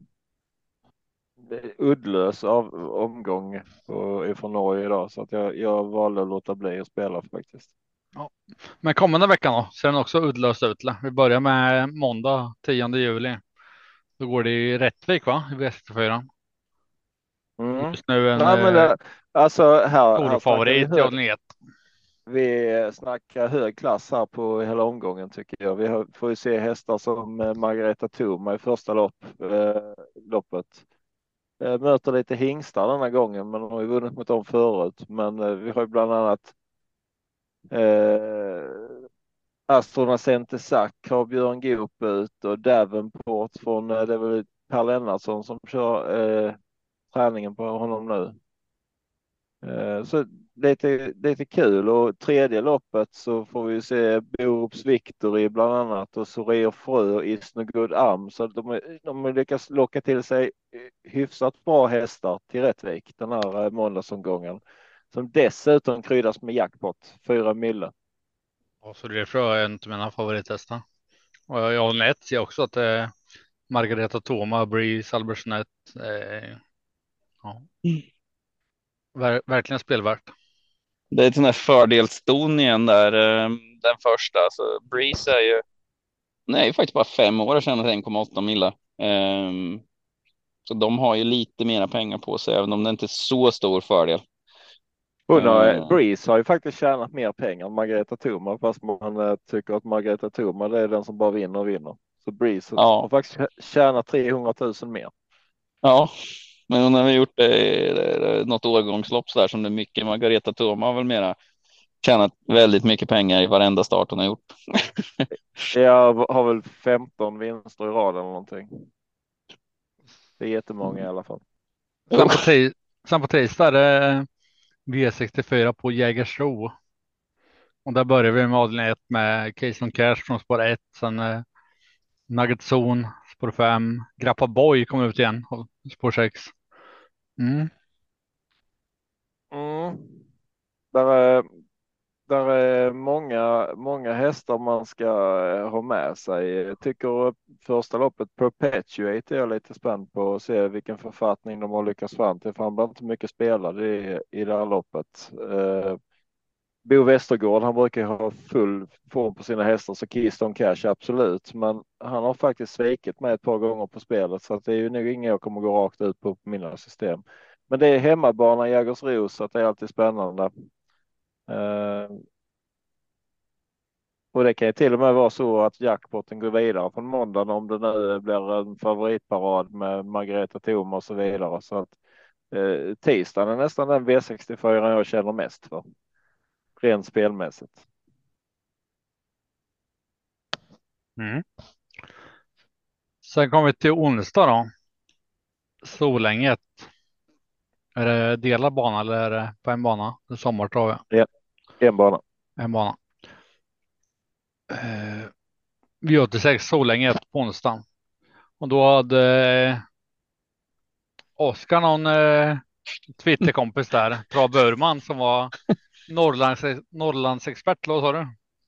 eh, uddlös av omgång på, ifrån Norge idag, så att jag, jag valde att låta bli att spela faktiskt. Ja. Men kommande veckan då ser den också uddlöst ut. Vi börjar med måndag tionde juli. Då går det i Rättvik va? I V sextiofyra. Mm. Just nu en Nej, men eh, det, alltså här, här snackar vi storfavorit i hög, avdelning ett. vi snackar hög klass här på hela omgången tycker jag. Vi har, får ju se hästar som eh, Margareta Thoma i första lopp, eh, loppet. Eh, möter lite hingstar denna gången, men de har ju vunnit mot dem förut. Men eh, vi har ju bland annat eh, Astrona Centesac har Björn Goop ut och Davenport från, eh, det är väl Per Lennartsson som kör eh, träningen på honom nu. Eh, så lite, lite kul, och tredje loppet så får vi se Borups Victory bland annat och Soreo Frö och Isnogod Am. Så de, de har lyckats locka till sig hyfsat bra hästar till Rättvik den här eh, måndagsomgången. Som dessutom kryddas med jackpot, fyra mille. Och så det är en av mina favorithästar. Och jag har ett ser också att det är Margareta Thoma, Breeze, Albersnet. Eh, ja. Ver verkligen spelvärt. det är ett sån här fördelston igen där. eh, Den första, alltså Breeze är ju, nej, faktiskt bara fem år sedan en komma åtta millar. Um, så de har ju lite mera pengar på sig, även om det inte är så stor fördel. Hon har, Uh, Breeze har ju faktiskt tjänat mer pengar än Margareta Thoma, fast man eh, tycker att Margareta Thoma det är den som bara vinner och vinner. Så Breeze har ja, faktiskt tjänat trehundratusen mer. ja, men hon har väl gjort det, något årgångslopp så där som det är mycket. Margareta Thoma har väl mera tjänat väldigt mycket pengar i varenda start hon har gjort. Jag har väl femton vinster i rad eller någonting. Det är jättemånga i alla fall. Sen på, tri sen på tisdag är det V sextiofyra på Jägersro. Och där börjar vi med avdelning ett med Case on Cash från spår ett. Sen eh, Nugget Zone, spår fem. Grappa Boy kommer ut igen, spår sex. Mm. Mm. Där är, där är många, många hästar man ska eh, ha med sig. Jag tycker första loppet Perpetuate är jag lite spänd på att se vilken författning de har lyckats fram till. För han blir inte mycket spelad i, i det här loppet. Eh, Bo Westergård, han brukar ha full form på sina hästar, så Keystone Cash absolut. Men han har faktiskt svikit med ett par gånger på spelet, så att det är ju nog inget jag kommer gå rakt ut på, på mina system. Men det är hemmabana Jägersro, så att det är alltid spännande. Uh, och det kan ju till och med vara så att jackpotten går vidare från måndagen om det nu blir en favoritparad med Margareta Thom och så vidare. Så att uh, tisdagen är nästan den V sextiofyra jag känner mest för. Rent spelmässigt. Mm. Sen kommer vi till onsdag då. Solänget. Är det delad bana eller är det på en bana? Det är sommartrav. Ja, en bana. En bana. Eh, V åttiosex Solänget på onsdag. Och då hade eh, Oskar någon eh, Twitterkompis där. Trav Burman som var Norrlands, Norrlandsexpert. Vad sa du?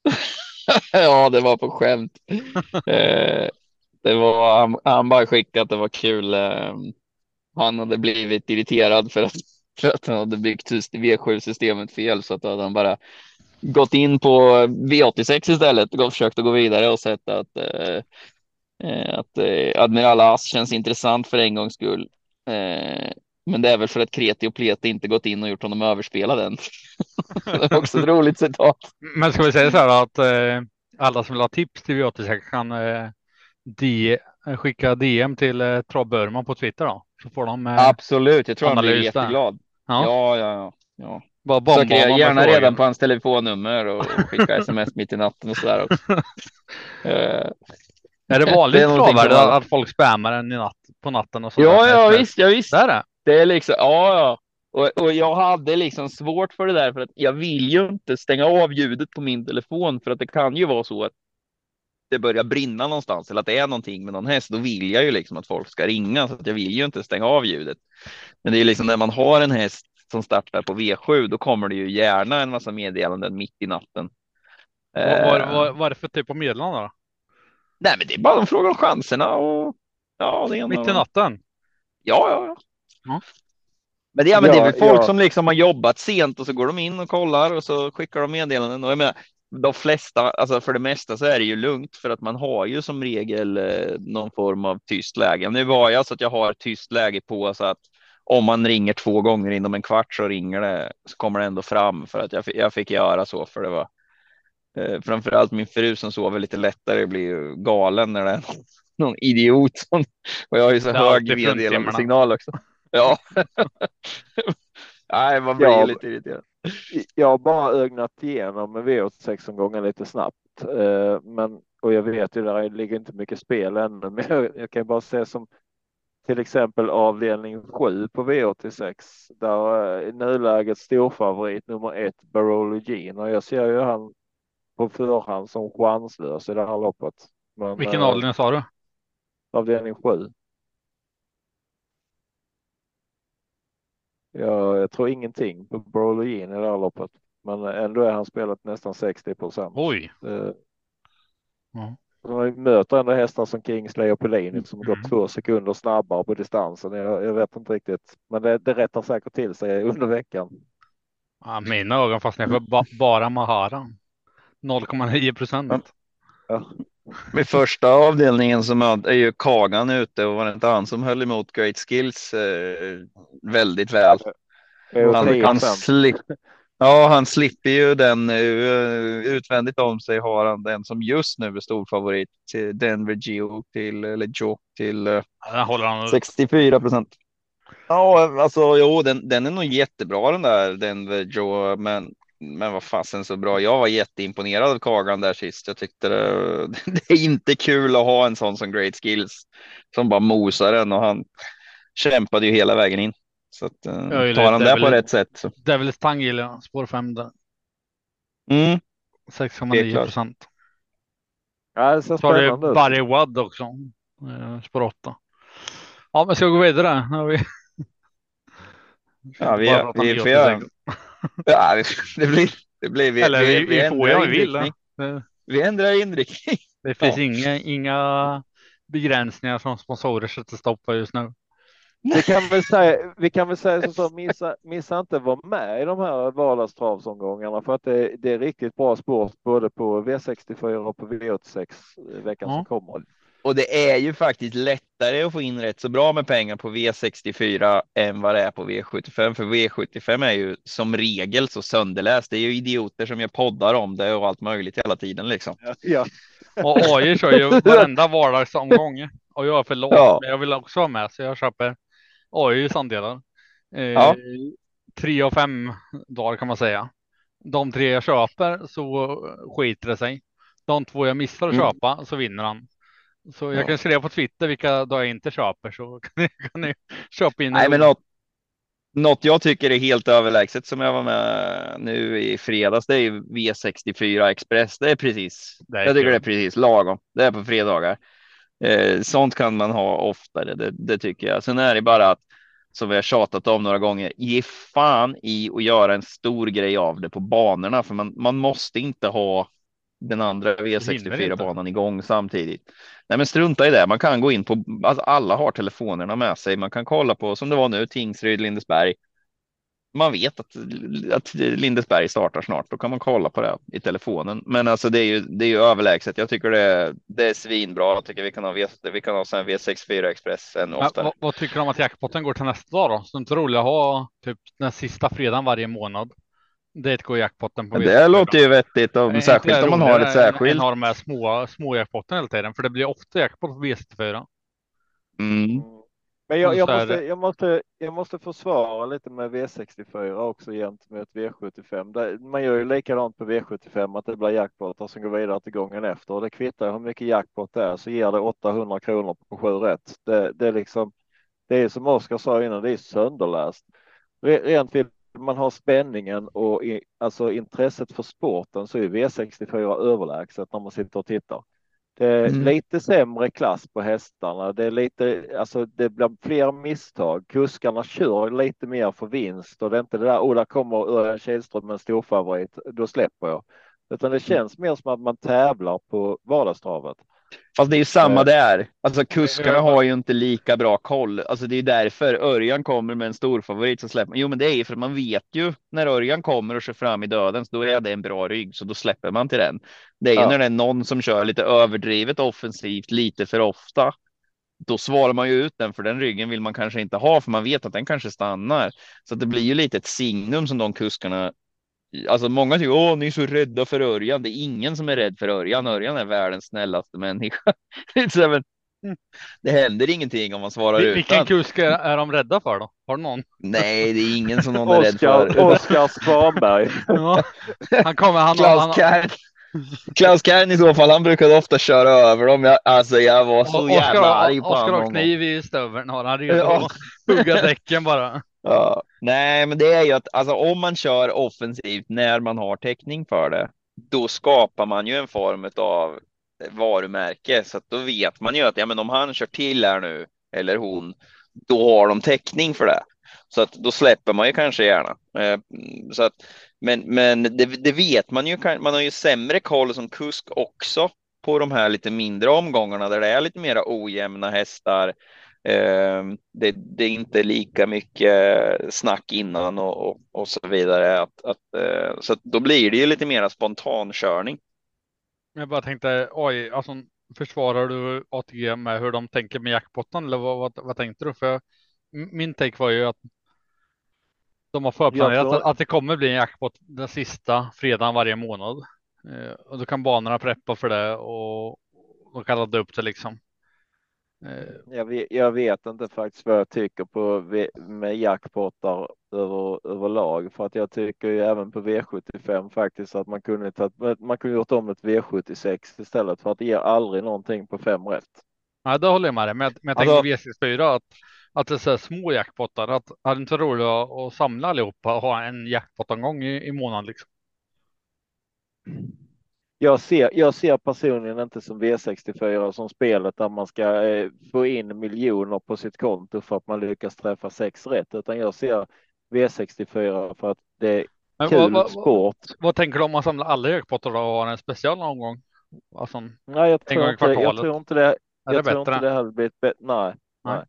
Ja, det var på skämt. eh, det var, han, han bara skickade att det var kul. Eh, han hade blivit irriterad för att, för att han hade byggt V sju-systemet fel. Så att hade han bara gått in på V åttiosex istället och försökt att gå vidare och sett att, eh, att eh, Admiral As känns intressant för en gångs skull. Eh, men det är väl för att Kreti och Pleti inte gått in och gjort honom överspela den. Det är också ett roligt citat. Men ska vi säga så här att eh, alla som vill ha tips till V åttiosex kan eh, D- skicka D M till eh, Trav Burman på Twitter då. Så får de eh, Absolut, jag tror han blir analys där. jätteglad. Ja. Ja, ja, ja. ja. Bara bomba Söker jag honom med gärna frågor. redan på hans telefonnummer och skicka sms mitt i natten och sådär också. Eh, Är det vanligt det är någonting travvärde som alla- att folk spammar en i natt, på natten och så? Ja, ja, visst, ja, visst. Det är det. Det är liksom, ja, ja. Och, och jag hade liksom svårt för det där för att jag vill ju inte stänga av ljudet på min telefon för att det kan ju vara så att det börjar brinna någonstans eller att det är någonting med någon häst. Då vill jag ju liksom att folk ska ringa så att jag vill ju inte stänga av ljudet. Men det är ju liksom när man har en häst som startar på V sju, då kommer det ju gärna en massa meddelanden mitt i natten. Vad, vad, Eh, vad, vad är det för typ av meddelande då? Nej, men det är bara de frågar om chanserna och ja, det är Mitt i natten? Ja, ja, ja. Ja. Men det, ja, men det är väl Ja, folk ja. som liksom har jobbat sent och så går de in och kollar och så skickar de meddelanden. Och jag menar, de flesta, alltså för det mesta så är det ju lugnt för att man har ju som regel eh, någon form av tyst läge. Nu var jag så att jag har tyst läge på så att om man ringer två gånger inom en kvart så ringer det så kommer det ändå fram för att jag, fick- jag fick göra så för det var eh, framförallt min fru som sover lite lättare blir ju galen när det är någon, någon idiot som, och jag har ju så Det är hög alltid meddelande fruntimmarna. signal också. Ja. Nej, man blir Ja, ju lite irriterad. Jag har bara ögnat igenom med V åttiosex gånger lite snabbt. Eh, men, och jag vet ju där ligger inte mycket spel ännu. Men jag, jag kan bara se som till exempel avdelning sju på V åttiosex. Där eh, i nuläget storfavorit nummer ett Barolo Jean. Och jag ser ju han på förhand som chanslös i det här loppet. Men, Vilken eh, avdelning sa du? avdelning sju. Ja, jag tror ingenting på Brolin i det här loppet. Men ändå är han spelat nästan sextio procent. Oj. Eh, Ja. Man möter ändå hästar som Kingsley och Pelini som går Mm. två sekunder snabbare på distansen. Jag, jag vet inte riktigt. Men det, det rättar säkert till sig under veckan. Ja, mina ögon fastnar för ba bara Mahara. noll komma nio procent. Ja. Med första avdelningen som är ju Kagan ute och var det inte han som höll emot Great Skills eh, väldigt väl. Han, tio han, procent. slip, ja, han slipper ju den uh, utvändigt om sig har han den som just nu är stor favorit till Denver Geo till eller Joe till uh, Ja, den håller han. sextiofyra procent. Ja, alltså jo, den, den är nog jättebra den där Denver Joe, men men vad fasen så bra. Jag var jätteimponerad av Kagan där sist. Jag tyckte det, det är inte kul att ha en sån som Great Skills som bara mosar den och han kämpade ju hela vägen in. Så att, uh, tar han det på rätt sätt så. Devils Tangil, spår fem där. Mm. sex komma nio procent. Ja, det ser Så har spännande det ut. Barry Wadd också. Eh, spår åtta. Ja, men ska vi gå vidare? Ja, vi... Ja, vi, Bara är, prata vi nio får göra. åttiosex. Ja, det blir, det blir vi, Eller vi, vi, vi, vi får ändrar göra vi vill. inriktning. Det, Vi ändrar inriktning. det finns Ja. inga, inga begränsningar som sponsorer sätter stopp för just nu. Vi kan väl säga, vi kan väl säga så, så missa, missa inte vara med i de här vardagstravsomgångarna för att det, det är riktigt bra sport både på V sextiofyra och på V åttiosex veckan som Ja. kommer. Och det är ju faktiskt lättare att få in rätt så bra med pengar på V sextiofyra än vad det är på V sjuttiofem. För V sjuttiofem är ju som regel så sönderläst. Det är ju idioter som gör poddar om det och allt möjligt hela tiden liksom. Ja. Och A I kör ju varenda vardagsomgång. Och jag är för lågt, Ja. men jag vill också vara med. Så jag köper A I:s andelar. Eh, Ja. Tre och fem dagar kan man säga. De tre jag köper så skiter det sig. De två jag missar att Mm. köpa så vinner han. Så jag Ja. kan skriva på Twitter vilka dagar jag inte köper så kan ni, kan ni köpa in. Nej, men något, något jag tycker är helt överlägset som jag var med nu i fredags, det är ju V sextiofyra Express. Det är precis, Det är jag tycker kul. det är precis lagom. Det är på fredagar. Eh, sånt kan man ha oftare, det, det tycker jag. Sen är det bara att, som vi har tjatat om några gånger, ge fan i att göra en stor grej av det på banorna, för man, man måste inte ha den andra V sextiofyra-banan igång samtidigt. Nej, men strunta i det. Man kan gå in på, alltså alla har telefonerna med sig. Man kan kolla på, som det var nu, Tingsryd, Lindesberg. Man vet att, att Lindesberg startar snart. Då kan man kolla på det i telefonen. Men alltså det är ju, det är ju överlägset. Jag tycker det är, det är svinbra. Jag tycker vi kan ha, v, vi kan ha sen V sextiofyra Express än oftare. Vad, vad tycker du om att jackpotten går till nästa dag då? Så det är inte roligt att ha typ den sista fredagen varje månad. Det går jackpotten på Det V sextiofyra. låter ju vettigt, och Är särskilt inte om man roligare har ett särskilt. än har de här små, små jackpotten hela tiden. För det blir ofta jackpot på V sextiofyra. Mm. Men jag, Och jag, så är måste, det- jag, måste, jag måste försvara lite med V sextiofyra också gentemot V sjuttiofem. Där, man gör ju likadant på V sjuttiofem att det blir jackpotar som går vidare till gången efter. Och det kvittar hur mycket jackpot det är så ger det åttahundra kronor på sju rätt. Det, det är liksom, det är som Oskar sa innan, det är sönderläst. Re- Rent vill man ha spänningen och i, alltså intresset för sporten så är V sextiofyra överlägset när man sitter och tittar. Det är Mm. lite sämre klass på hästarna. Det är lite, alltså det blir fler misstag. Kuskarna kör lite mer för vinst och det är inte det där, oh, där kommer Örjan Kihlström med en stor favorit, då släpper jag. Utan det känns mer som att man tävlar på vardagstravet. Fast det är ju samma Eh. där. Alltså kuskarna Eh, har ju inte lika bra koll. Alltså det är därför Örjan kommer med en stor favorit så släpper man. Jo, men det är ju för att man vet ju när Örjan kommer och kör fram i döden så då är det en bra rygg så då släpper man till den. Det är ju Ja. när det är någon som kör lite överdrivet offensivt lite för ofta. Då svarar man ju ut den, för den ryggen vill man kanske inte ha för man vet att den kanske stannar. Så att det blir ju lite ett signum som de kuskarna. Alltså många tycker, åh, ni är så rädda för Örjan. Det är ingen som är rädd för Örjan. Örjan är världens snällaste människa. Så, men, det händer ingenting om man svarar Vil- ut Vilken den. kusk är, är de rädda för då? Har du någon? Nej, det är ingen som någon är rädd Oskar, för. Oskar Svanberg. Ja. Han kommer, han, Klaus han, Kern. Klaus Kern i så fall, han brukade ofta köra över dem. Jag, alltså jag var så Oskar jävla har- arg på Oskar honom. har någon gång. kniv i stöveln har han redo Ja. att hugga däcken bara. Ja. Nej, men det är ju att alltså, om man kör offensivt när man har täckning för det, då skapar man ju en form av varumärke. Så att då vet man ju att ja, men om han kör till här nu, eller hon, då har de täckning för det. Så att då släpper man ju kanske gärna. Eh, Så att, men men det, det vet man ju, man har ju sämre koll som kusk också på de här lite mindre omgångarna där det är lite mera ojämna hästar. Eh, det, det är inte lika mycket snack innan och, och, och så vidare. Att, att, eh, så att då blir det ju lite mera spontankörning. Jag bara tänkte, oj, alltså försvarar du A T G med hur de tänker med jackpotten eller vad, vad, vad tänkte du? För m- min take var ju att de har förplanerat Jag tror- att, att det kommer bli en jackpot den sista fredagen varje månad. Eh, och då kan banorna preppa för det och de kan ladda upp det liksom. Eh, Jag vet, jag vet inte faktiskt vad jag tycker på V- med jackpottar över, överlag för att jag tycker ju även på V sjuttiofem faktiskt att man kunde ta, man kunde gjort om ett V sjuttiosex istället för att det ger aldrig någonting på fem rätt. Ja, det håller jag med dig. Men, men jag Alltså- tänker V sextiofyra att, att det är så här små jackpottar. Att det är inte roligt att, att samla allihopa och ha en jackpot-omgång i, i månaden liksom. Jag ser, jag ser personligen inte som V sextiofyra som spelet där man ska eh, få in miljoner på sitt konto för att man lyckas träffa sex rätt, utan jag ser V sextiofyra för att det är Men kul vad, vad, sport. vad, vad tänker du om man samlar alla jackpottar och har en special omgång? Alltså, Nej, jag en gång tror i inte, jag kvartalet. tror inte det. är det Jag tror bättre? inte det hade blivit bättre. Nej, Nej. nej.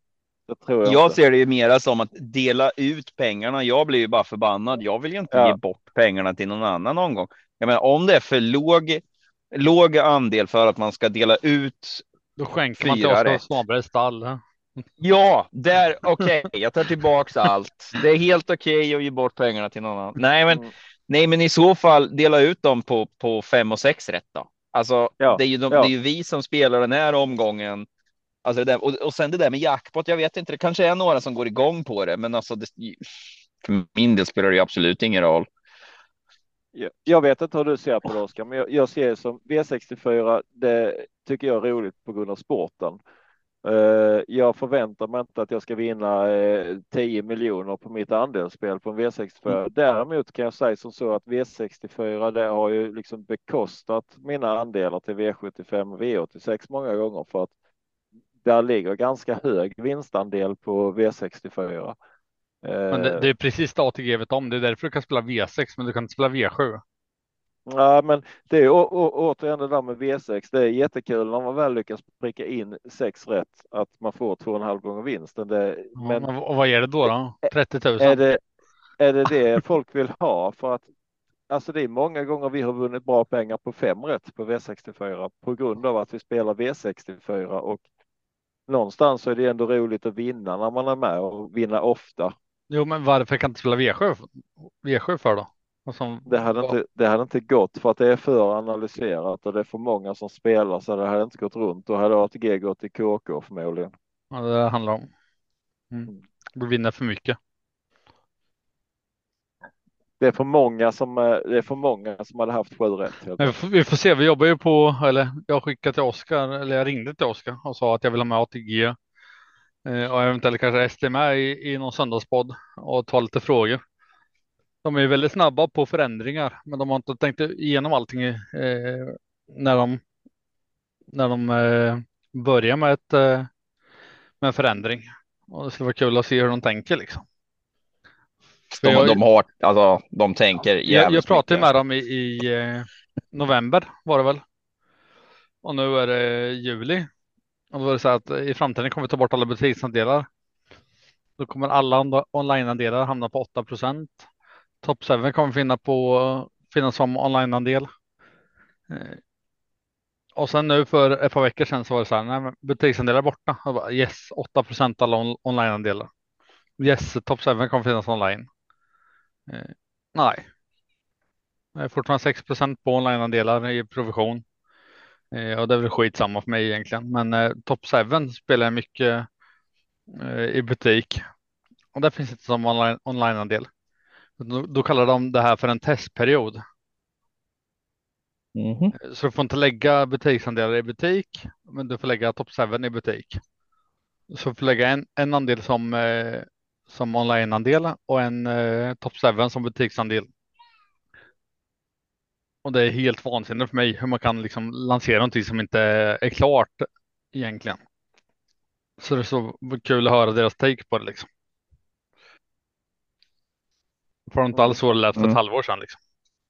Det tror jag, jag inte. ser det ju mera som att dela ut pengarna. Jag blir ju bara förbannad. Jag vill ju inte Ja. ge bort pengarna till någon annan någon gång. Jag menar, om det är för låg, låg andel för att man ska dela ut Då skänker man till fyra Oskar rätt. Svanbergs stall. Ja. Ja, där, okej, okay, jag tar tillbaks allt. Det är helt okej okay att ge bort pengarna till någon annan. Nej, men, Mm. nej, men i så fall dela ut dem på, på fem och sex rätt då. Alltså, Ja. det är ju de, Ja. det är ju vi som spelar den här omgången. Alltså det där, och, och sen det där med jackpot, jag vet inte, det kanske är några som går igång på det, men alltså det, för min del spelar det ju absolut ingen roll. Jag vet inte hur du ser på det, Oskar, men jag, jag ser det som V sextiofyra. Det tycker jag är roligt på grund av sporten. Uh, jag förväntar mig inte att jag ska vinna uh, tio miljoner på mitt andelsspel på en V sextiofyra. Mm. Däremot kan jag säga som så att V sextiofyra, det har ju liksom bekostat mina andelar till V sjuttiofem och V åttiosex många gånger, för att där ligger ganska hög vinstandel på V sextiofyra. Men det, det är precis det A T G vet om. Det är därför du kan spela V sex, men du kan inte spela V sju. Ja, men det är å, å, återigen det där med V sex. Det är jättekul när man väl lyckas pricka in sex rätt, att man får två och en halv gånger vinsten. Det, Ja, men och vad är det då? då? trettio tusen? Är det, är det det folk vill ha? För att alltså det är många gånger vi har vunnit bra pengar på fem rätt på V sextiofyra på grund av att vi spelar V sextiofyra, och någonstans så är det ändå roligt att vinna när man är med och vinna ofta. Jo, men varför kan inte spela V sju? V sju för då? Som, det, hade inte, det hade inte gått, för att det är för analyserat och det är för många som spelar, så det hade inte gått runt. Då hade A T G gått i K K förmodligen. Ja, det handlar om. Mm. Du vinner för mycket. Det är för många som, det är för många som hade haft sju rätt. Vi får, vi får se, vi jobbar ju på, eller jag skickade till Oskar, eller jag ringde till Oskar och sa att jag vill ha med A T G eh, och eventuellt kanske S D med i, i någon söndagspodd och ta lite frågor. De är ju väldigt snabba på förändringar, men de har inte tänkt igenom allting eh, när de, när de eh, börjar med, ett, eh, med en förändring. Och det skulle vara kul att se hur de tänker liksom. För De, jag, de har, alltså de tänker jag, jävligt jag pratade mycket. med dem i, i eh, november var det väl. Och nu är det juli. Och då var det så att i framtiden kommer vi ta bort alla butiksandelar. Då kommer alla onlineandelar hamna på åtta procent. Top sju kommer finna på, finnas som onlineandel. Eh, Och sen nu för ett par veckor sedan så var det så här, nej, men butiksandelar är borta. Jag bara, yes, åtta procent alla on onlineandelar. Yes, Top sju kommer finnas online. Eh, nej. Det är fortfarande sex procent på onlineandelar i provision. Eh, och det är väl skitsamma för mig egentligen. Men eh, Top sju spelar jag mycket eh, i butik. Och där finns inte som online onlineandel. Då, då kallar de det här för en testperiod. Mm-hmm. Så du får inte lägga butiksandelar i butik, men du får lägga Top sju i butik. Så du får lägga en, en andel som, eh, som onlineandel och en eh, Top sju som butiksandel. Och det är helt vansinnigt för mig hur man kan liksom lansera någonting som inte är klart egentligen. Så det är så kul att höra deras take på det liksom. För inte alls så lätt för ett Mm. halvår sedan liksom.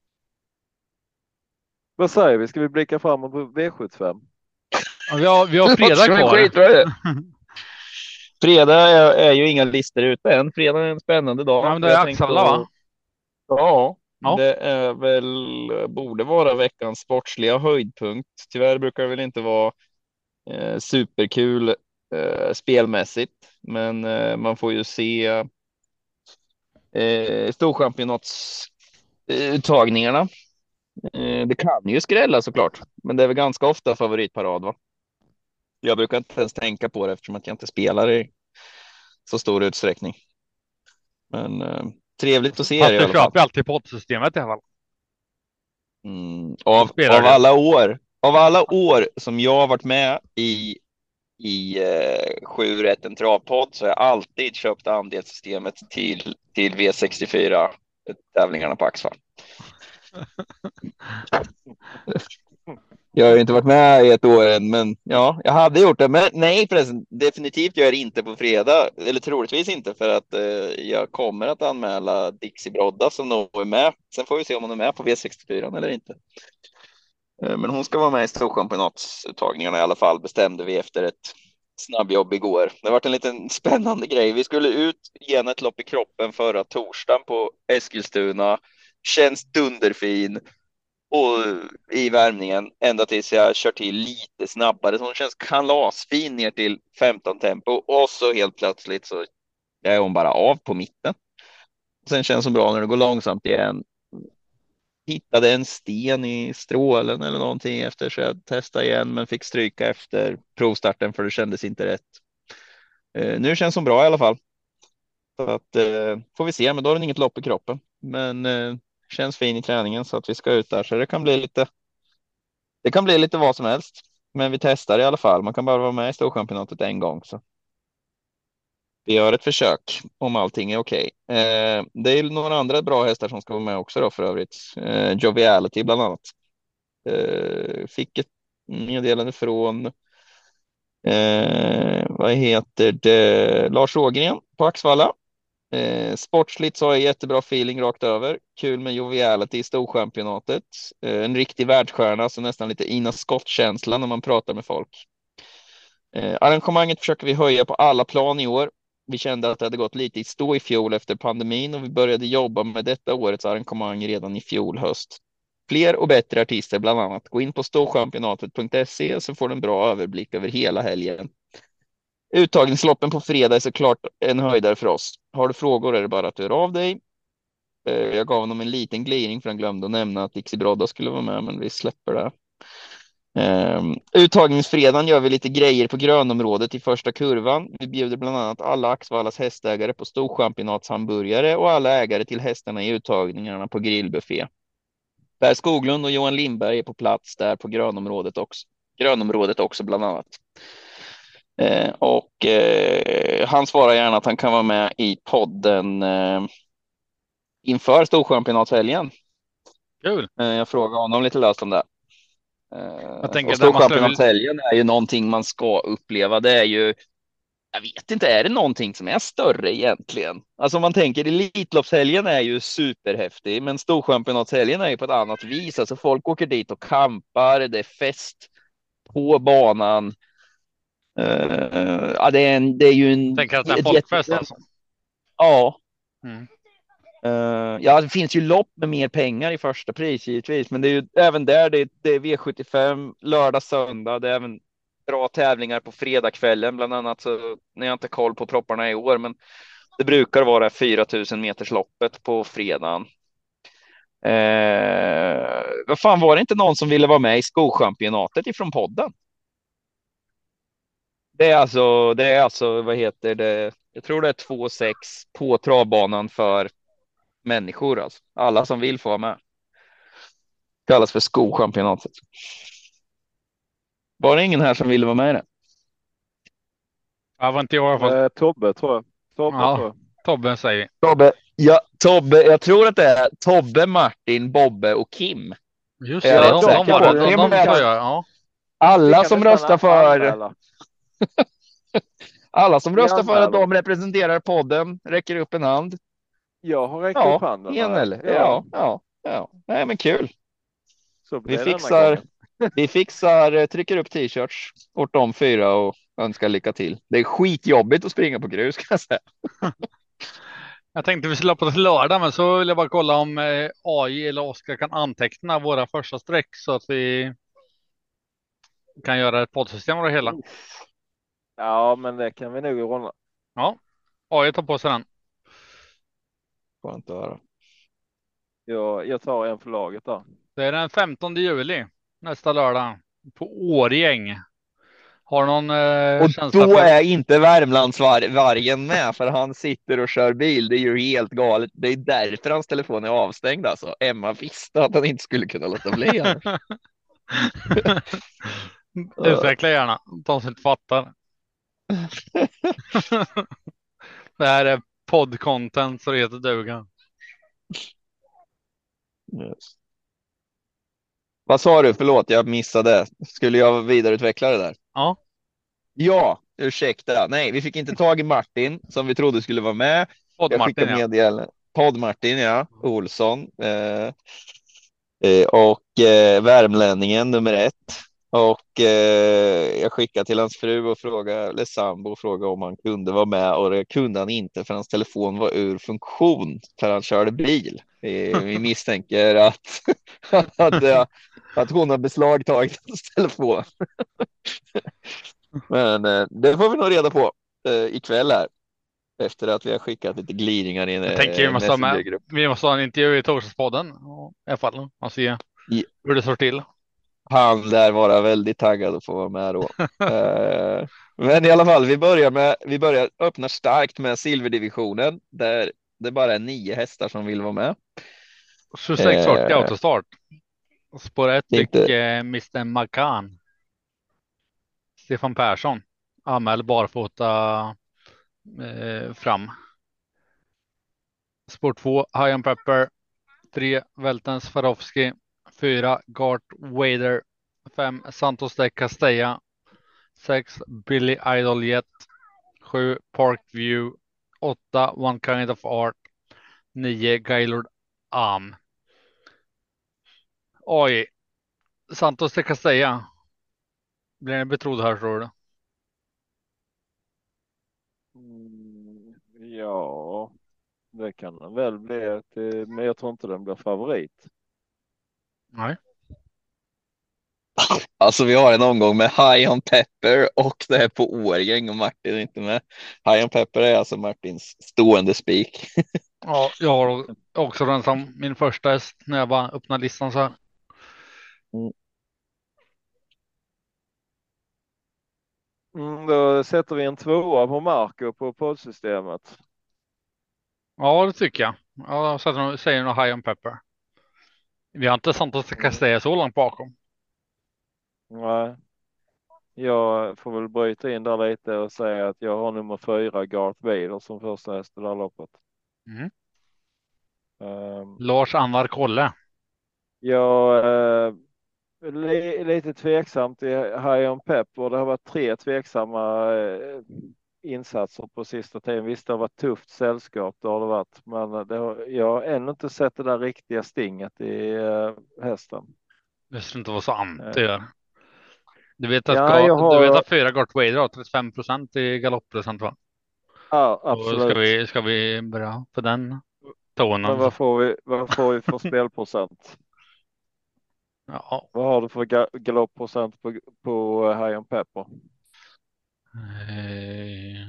Vad säger vi? Ska vi blicka framåt på V sjuttiofem? Ja, vi har, vi har fredag kvar. Fredag är, är ju inga listor ute än. Fredag är en spännande dag. Ja, men det är Axevalla va? Ja, ja, det är väl, borde vara veckans sportsliga höjdpunkt. Tyvärr brukar det väl inte vara eh, superkul eh, spelmässigt, men eh, man får ju se eh, storchampionatsuttagningarna. Eh, det kan ju skrälla såklart, men det är väl ganska ofta favoritparad va? Jag brukar inte ens tänka på det eftersom att jag inte spelar i så stor utsträckning. Men eh, trevligt att se fast det i det alla fall. köper alltid poddsystemet i alla fall. Mm, av, av alla år, av alla år som jag har varit med i i eh, sju rätt en travpodd så har jag alltid köpt andelssystemet till till V sextiofyra tävlingarna på Axevalla. Jag har ju inte varit med i ett år än, men ja, jag hade gjort det. Men nej, förresten, definitivt gör jag inte på fredag, eller troligtvis inte, för att eh, jag kommer att anmäla Dixie Brodda som nog är med. Sen får vi se om hon är med på V sextiofyra eller inte. Eh, men hon ska vara med i storchampionatsuttagningarna i alla fall, bestämde vi efter ett snabbjobb igår. Det har varit en liten spännande grej. Vi skulle ut igen ett lopp i kroppen förra torsdagen på Eskilstuna. Känns dunderfin. Och i värmningen ända tills jag kör till lite snabbare. Så hon känns kalasfin ner till femton tempo. Och så helt plötsligt så är hon bara av på mitten. Sen känns det bra när det går långsamt igen. Hittade en sten i strålen eller någonting efter, så jag testade igen men fick stryka efter provstarten för det kändes inte rätt. Eh, nu känns det bra i alla fall. Så att eh, får vi se, men då har den inget lopp i kroppen. Men eh, känns fin i träningen så att vi ska ut där, så det kan bli lite det kan bli lite vad som helst. Men vi testar i alla fall. Man kan bara vara med i storchampionatet en gång, så vi gör ett försök om allting är okej. Eh, det är några andra bra hästar som ska vara med också då för övrigt. Eh, Joviality bland annat. Eh, fick ett meddelande från eh, vad heter det? Lars Ågren på Axvalla. Eh, sportsligt så har jag jättebra feeling rakt över. Kul med Joviality i storchampionatet. Eh, en riktig världsstjärna, så nästan lite Ina Skott-känsla när man pratar med folk. Eh, arrangemanget försöker vi höja på alla plan i år. Vi kände att det hade gått lite i stå i fjol efter pandemin och vi började jobba med detta årets arrangemang redan i fjol höst. Fler och bättre artister bland annat. Gå in på storchampionatet punkt se så får du en bra överblick över hela helgen. Uttagningsloppen på fredag är såklart en höjdare för oss. Har du frågor är det bara att du hör av dig. Jag gav honom en liten gliring för han glömde att nämna att Dixie Brodda skulle vara med, men vi släpper det. Um, uttagningsfredagen gör vi lite grejer på grönområdet i första kurvan. Vi bjuder bland annat alla Axvallas hästägare på storchampionatshamburgare och alla ägare till hästarna i uttagningarna på grillbuffé. Per Skoglund och Johan Lindberg är på plats där på grönområdet också. Grönområdet också bland annat. Uh, och uh, han svarar gärna att han kan vara med i podden uh, inför storchampionatshelgen. Kul. Uh, jag frågar honom lite löst om det. Jag tänker och storchampionatshelgen är ju någonting man ska uppleva. Det är ju, jag vet inte, är det någonting som är större egentligen? Alltså om man tänker, Elitloppshelgen är ju superhäftig, men storchampionatshelgen är ju på ett annat vis. Alltså folk åker dit och kampar, det är fest på banan. Uh, ja, det är, en, det är ju en... Tänker att det är en folkfest jätte... alltså? Ja. Mm. Uh, ja, det finns ju lopp med mer pengar i första pris givetvis, men det är ju även där det, det är V sjuttiofem lördag, söndag, det är även bra tävlingar på fredagskvällen bland annat, så när jag inte koll på propparna i år, men det brukar vara fyra tusen meters loppet på fredagen. Uh, vad fan, var det inte någon som ville vara med i skochampionatet ifrån podden? Det är alltså, det är alltså, vad heter det? Jag tror det är två sex på travbanan för människor, alltså. Alla som vill få vara med. Kallas för skochampionatet. Var det ingen här som ville vara med i det? Ja, var inte jag i alla fall. Eh, Tobbe tror jag. Tobbe, ja, tror jag. Tobbe säger vi. Tobbe, ja, Tobbe, jag tror att det är Tobbe, Martin, Bobbe och Kim. Just det, de, de, de var det. De, de, de, ja. Alla som röstar för alla som röstar för att de representerar podden räcker upp en hand. Jag har räckt ja, upp handen. En eller? Ja, ja, ja. ja. Nej, men kul. Så vi fixar, vi fixar, trycker upp t-shirts åt de fyra och önskar lycka till. Det är skitjobbigt att springa på grus, kan jag säga. Jag tänkte vi skulle på till lördag, men så vill jag bara kolla om eh, A I eller Oskar kan anteckna våra första streck så att vi kan göra ett poddsystem av det hela. Ja, men det kan vi nog ordna. Ja, A I tar på sig den. Får inte höra. Jag, jag tar en för laget då. Det är den femtonde juli nästa lördag på Årgäng. Har någon eh, och känsla då för... är inte Värmlandsvargen med, för han sitter och kör bil. Det är ju helt galet. Det är därför hans telefon är avstängd. Alltså. Emma visste att han inte skulle kunna låta bli. Utveckla gärna. De som inte fattar. Det här är podd-content så det heter duga. Yes. Vad sa du? Förlåt, jag missade. Skulle jag vidareutveckla det där? Ja. Ja, ursäkta. Nej, vi fick inte tag i Martin som vi trodde skulle vara med. Podd Martin, jag ja. Podd Martin, ja. Olsson. Eh, eh, och eh, värmlänningen nummer ett. Och eh, jag skickade till hans fru och frågade, eller sambo och frågade om han kunde vara med, och det kunde han inte för hans telefon var ur funktion för han körde bil. Vi, vi misstänker att, att, att hon har beslagtagit hans telefon. Men eh, det får vi nog reda på eh, ikväll här. Efter att vi har skickat lite glidningar i en, Jag tänker vi måste ha med, Messenger-grupp. vi måste ha en intervju i Torsdagspodden i alla fall och se hur det står till. Han lär vara väldigt taggad att få vara med då. eh, men i alla fall, vi börjar med, vi börjar öppna starkt med silverdivisionen där det bara är nio hästar som vill vara med. tjugosex fyrtio Eh, autostart. Spår ett det är fick inte, eh, mister Macan. Stefan Persson. Anmäld barfota eh, fram. Spår två High on Pepper. tre Vältens Swarovski. fyra Gart Wader. fem Santos de Castella. sex Billy Idol Jet. sju Park View. åtta One Kind of Art. nio Gaylord Am. Oj. Santos de Castella. Blir ni betrodd här tror du? Mm, ja, det kan den väl bli. Till, men jag tror inte den blir favorit. Nej. alltså vi har en omgång med High on Pepper och det är på Årgäng och Martin är inte med. High on Pepper är alltså Martins stående spik. Ja, jag har också den som min första häst när jag bara öppnade listan så här. Mm. Mm, då sätter vi en tvåa på Marco på poddsystemet. Ja, det tycker jag. Ja, så att de säger nog High on Pepper. Vi har inte Santos de Castella så långt bakom. Nej, jag får väl bryta in där lite och säga att jag har nummer fyra Garth Vader som första häst i det här loppet. Mm. Um, Lars Anvar Kolle. jag uh, li, lite tveksamt i High on Pepper. Det har varit tre tveksamma uh, insatser på sista tiden. Visst, det har varit tufft sällskap, det har det varit. Men det har, jag har ännu inte sett det där riktiga stinget i uh, hästen. Det skulle inte vara så anti där. Du vet att, Ja, jag du vet har, att fyra Gart Wader har trettiofem procent i galoppprocent va? ja, Då absolut. ska vi, ska vi börja på den Men tonen. vad får vi, vad får vi för spelprocent? Ja. Vad har du för ga galoppprocent på, på uh, High on Pepper? Eh,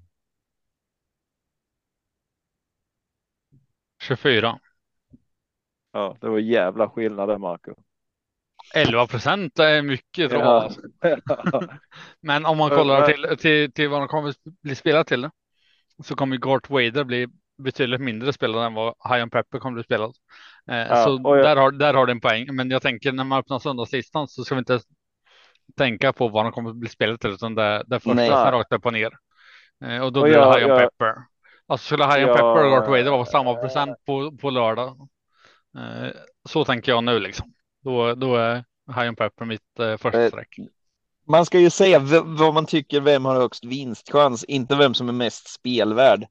tjugofyra. Ja, det var jävla skillnad där, Marco. elva procent är mycket bra. Ja. Alltså. Men om man kollar till, till, till vad de kommer bli spelade till så kommer Gart Wader bli betydligt mindre spelad än vad High on Pepper kommer bli spelad. Eh, Ja, så jag... där har, där har det en poäng. Men jag tänker när man öppnar söndagslistan så ska vi inte tänka på vad de kommer bli spelade till utan det, det första Nej. som är rakt upp och ner. Eh, och då och blir jag, det High on jag... Pepper. Alltså skulle High on jag... Pepper och Gart Wader vara på samma procent på, på lördag. Eh, så tänker jag nu liksom. Då, då är High on Pepper mitt eh, första streck. Man ska ju säga v- vad man tycker, vem har högst vinstchans, inte vem som är mest spelvärd.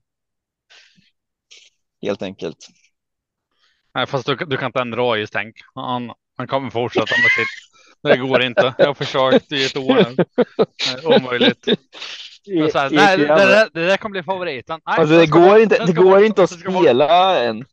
Helt enkelt. Nej, fast du, du kan inte ändra just tänk. Han, han kommer fortsätta med sitt. Det går inte. Jag har försökt i ett år nu. Nej, omöjligt. I, Så här, i nej, det, fjärde... det, det där kommer bli favoriten. Nej, alltså, det går vara, inte, det går vara, inte att spela än.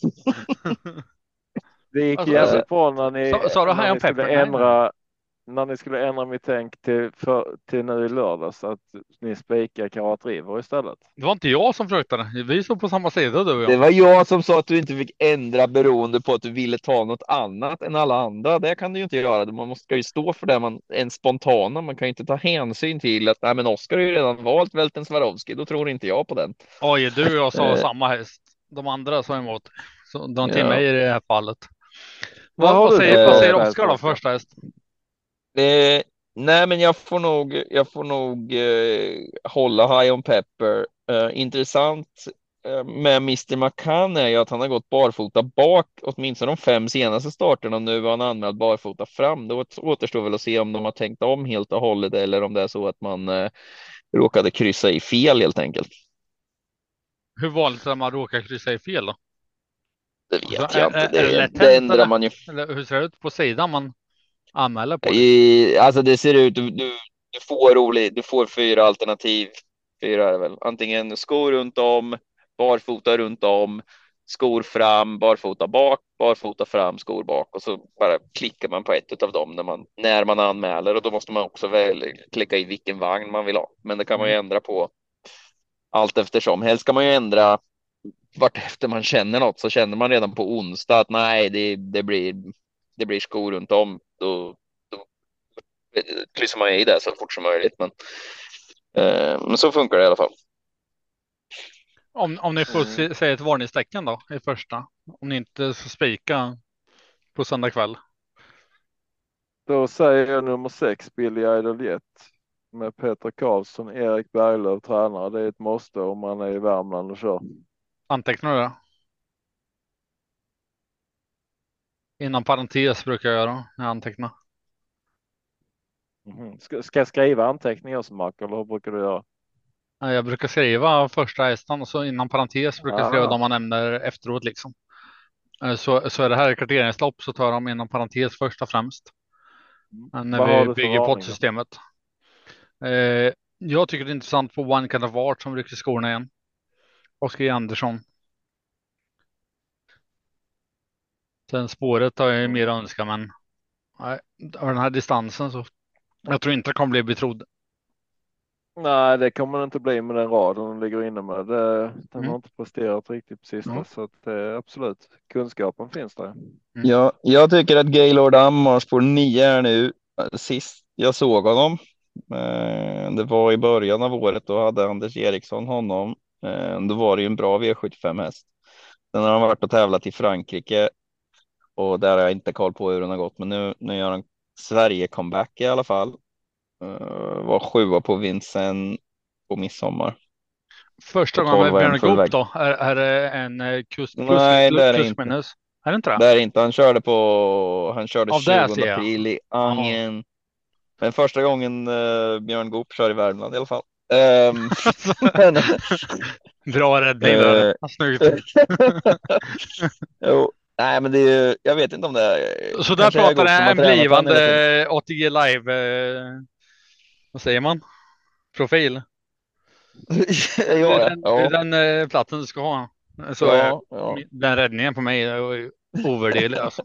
Det gick alltså, jävligt bra när ni, så, så när ni skulle Pepper? ändra nej, när ni skulle ändra mitt tänk till, för, till nu i lördags att ni spikar Karat River istället. Det var inte jag som fruktade. Vi stod på samma sida du och jag. Det var jag som sa att du inte fick ändra beroende på att du ville ta något annat än alla andra. Det kan du ju inte göra. Man måste ju stå för det man en spontana. Man kan ju inte ta hänsyn till att nej, men Oskar har ju redan valt Välten Swarovski. Då tror inte jag på den. Oj, du och jag sa eh. samma häst. De andra sa emot. Så de till Ja. mig i det här fallet. Vad, Vad, vad, säger, vad säger Oskar då första häst? Eh, nej, men jag får nog, jag får nog eh, hålla High on Pepper. Eh, intressant eh, med mister McCann är ju att han har gått barfota bak åtminstone de fem senaste starterna. Nu har han anmält barfota fram. Det återstår väl att se om de har tänkt om helt och hållet eller om det är så att man eh, råkade kryssa i fel helt enkelt. Hur vanligt är det man råkar kryssa i fel då? Det vet alltså, jag är, inte. Det, är det, det ändrar man ju. Eller hur ser det ut på sidan? Man anmäla på det? I, alltså det ser ut, du, du, du får rolig, du får fyra alternativ. Fyra är det väl. Antingen skor runt om, barfota runt om, skor fram, barfota bak, barfota fram, skor bak. Och så bara klickar man på ett av dem när man, när man anmäler. Och då måste man också väl klicka i vilken vagn man vill ha. Men det kan man ju Mm. ändra på allt eftersom. Helst kan man ju ändra vart efter man känner något. Så känner man redan på onsdag att nej, det, det, blir, det blir skor runt om. Då, då kryssar man i det så fort som möjligt. Men, eh, men så funkar det i alla fall. Om, om ni får Mm. se, säga ett varningstecken då i första. Om ni inte ska spika på söndag kväll. Då säger jag nummer sex, Billy Idol Jet. Med Peter Karlsson, Erik Berglöf tränare. Det är ett måste om man är i Värmland och kör. Antecknar du det? Innan parentes brukar jag göra när jag antecknar. Mm. Ska, ska jag skriva anteckningar som Mark, eller hur brukar du göra? Nej, jag brukar skriva första hästan och så innan parentes brukar jag skriva Ah. de man nämner efteråt liksom. Eh, Så, så är det här karteringslopp så tar jag dem inom parentes först och främst. Men när Vad har vi du för bygger varning då? poddsystemet. Eh, jag tycker det är intressant på One Kind of Art som rycker skorna igen. Oskar J. Andersson. Sen spåret har jag ju mer önskat, men nej, av den här distansen så jag tror inte det kommer bli betrodd. Nej, det kommer det inte bli med den raden den ligger inne med. Det, den Mm. har inte presterat riktigt på sista, Ja. så att, eh, absolut, kunskapen finns där. Mm. Ja, jag tycker att Gaylord Ammars på nio är nu. Sist jag såg honom, eh, det var i början av året, då hade Anders Eriksson honom. Eh, då var det ju en bra V sjuttiofem häst. Sen har han varit och tävlat i Frankrike och där har jag inte koll på hur den har gått, men nu, nu gör han Sverige-comeback i alla fall. Eh, var sjua på Vincennes på midsommar. Första Och gången med tolv Björn en full Goop väg. då är, är det en eh, kus, plus, Nej, det är det plus inte. minus. Är det inte det? Det är inte. Han körde på. Han körde Av det ser tjugonde jag. april i Ja. Angen. Men första gången uh, Björn Goop kör i Värmland i alla fall. Um, men, Bra räddning Eh. där. Snyggt. jo, nej, men det är ju. Jag vet inte om det är. Så där kanske är pratar Goop som har en tränat han hela tiden. blivande A T G Live. Eh, vad säger man? Profil. ja, Det är ja, den, det är ja, den eh, platsen du ska ha. Så ja, eh, ja. den räddningen på mig är ju ovärderlig alltså.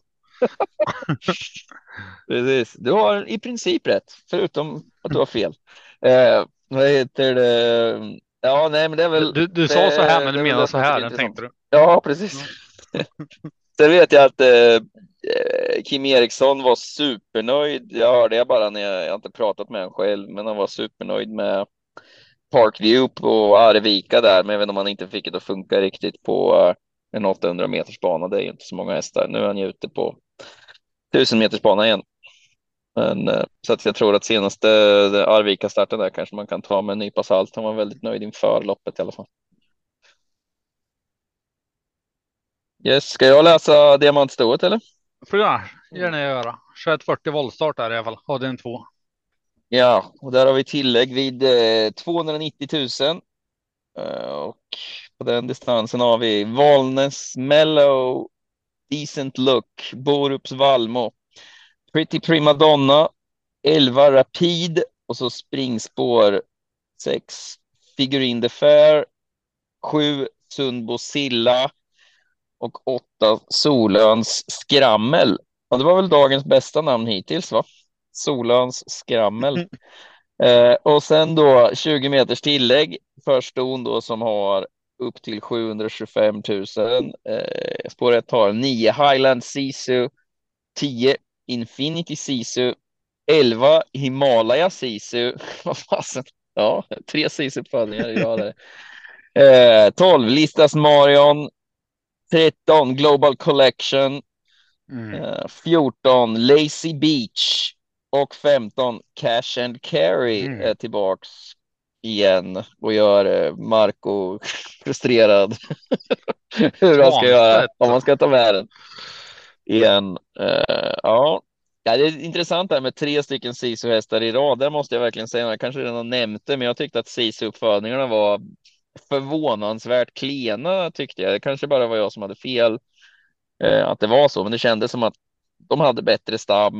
Precis. Du har i princip rätt, förutom att du har fel. Eh, vad heter det? Ja, nej, men det är väl. Du, du det, sa så här, men det du är väl menar det så som jag här, tycker är den intressant. tänkte du. Ja, precis. Ja. Sen vet jag att eh, Kim Eriksson var supernöjd. Jag hörde det bara när jag, jag har inte pratat med honom själv, men han var supernöjd med Parkview på Arvika där. Men jag vet inte om han inte fick det att funka riktigt på uh, en åttahundra meters bana. Det är ju inte så många hästar. Nu är han ju ute på tusen meters bana igen. Men, uh, så att jag tror att senaste uh, Arvika-starten där kanske man kan ta med en nypa salt. Han var väldigt nöjd inför loppet i alla fall. Yes, ska jag läsa diamantstoet eller? Får jag gärna göra. tjugoett fyrtio voltstart där i alla fall. Ha den två. Ja, och där har vi tillägg vid eh, tvåhundranittio tusen. Uh, och på den distansen har vi Valnes Mellow, Decent Look, Borups Valmo, Pretty Primadonna, elva Rapid och så springspår sex Figurin de Fair, sju Sundbo Silla och åtta Solöns Skrammel. Ja, det var väl dagens bästa namn hittills, va? Solöns Skrammel. Eh, och sen då tjugo meters tillägg för ston då som har upp till sjuhundratjugofem tusen. Eh, spår ett har nio Highland Sisu, tio Infinity Sisu, elva Himalaya Sisu. Vad fasen? Ja, tre Sisu-uppföljningar idag. Eh, tolv Listas Marion, tretton Global Collection, Mm. eh, fjorton Lazy Beach och femton Cash and Carry Mm. är tillbaks igen och gör eh, Marco frustrerad hur han ska göra Svanstedt. om man ska ta med den igen. Eh, ja. Ja, det är intressant här med tre stycken Sisu-hästar i rad. Där måste jag verkligen säga, jag kanske redan nämnt det, men jag tyckte att Sisu-uppfödningarna var förvånansvärt klena tyckte jag. Det kanske bara var jag som hade fel eh, att det var så, men det kändes som att de hade bättre stam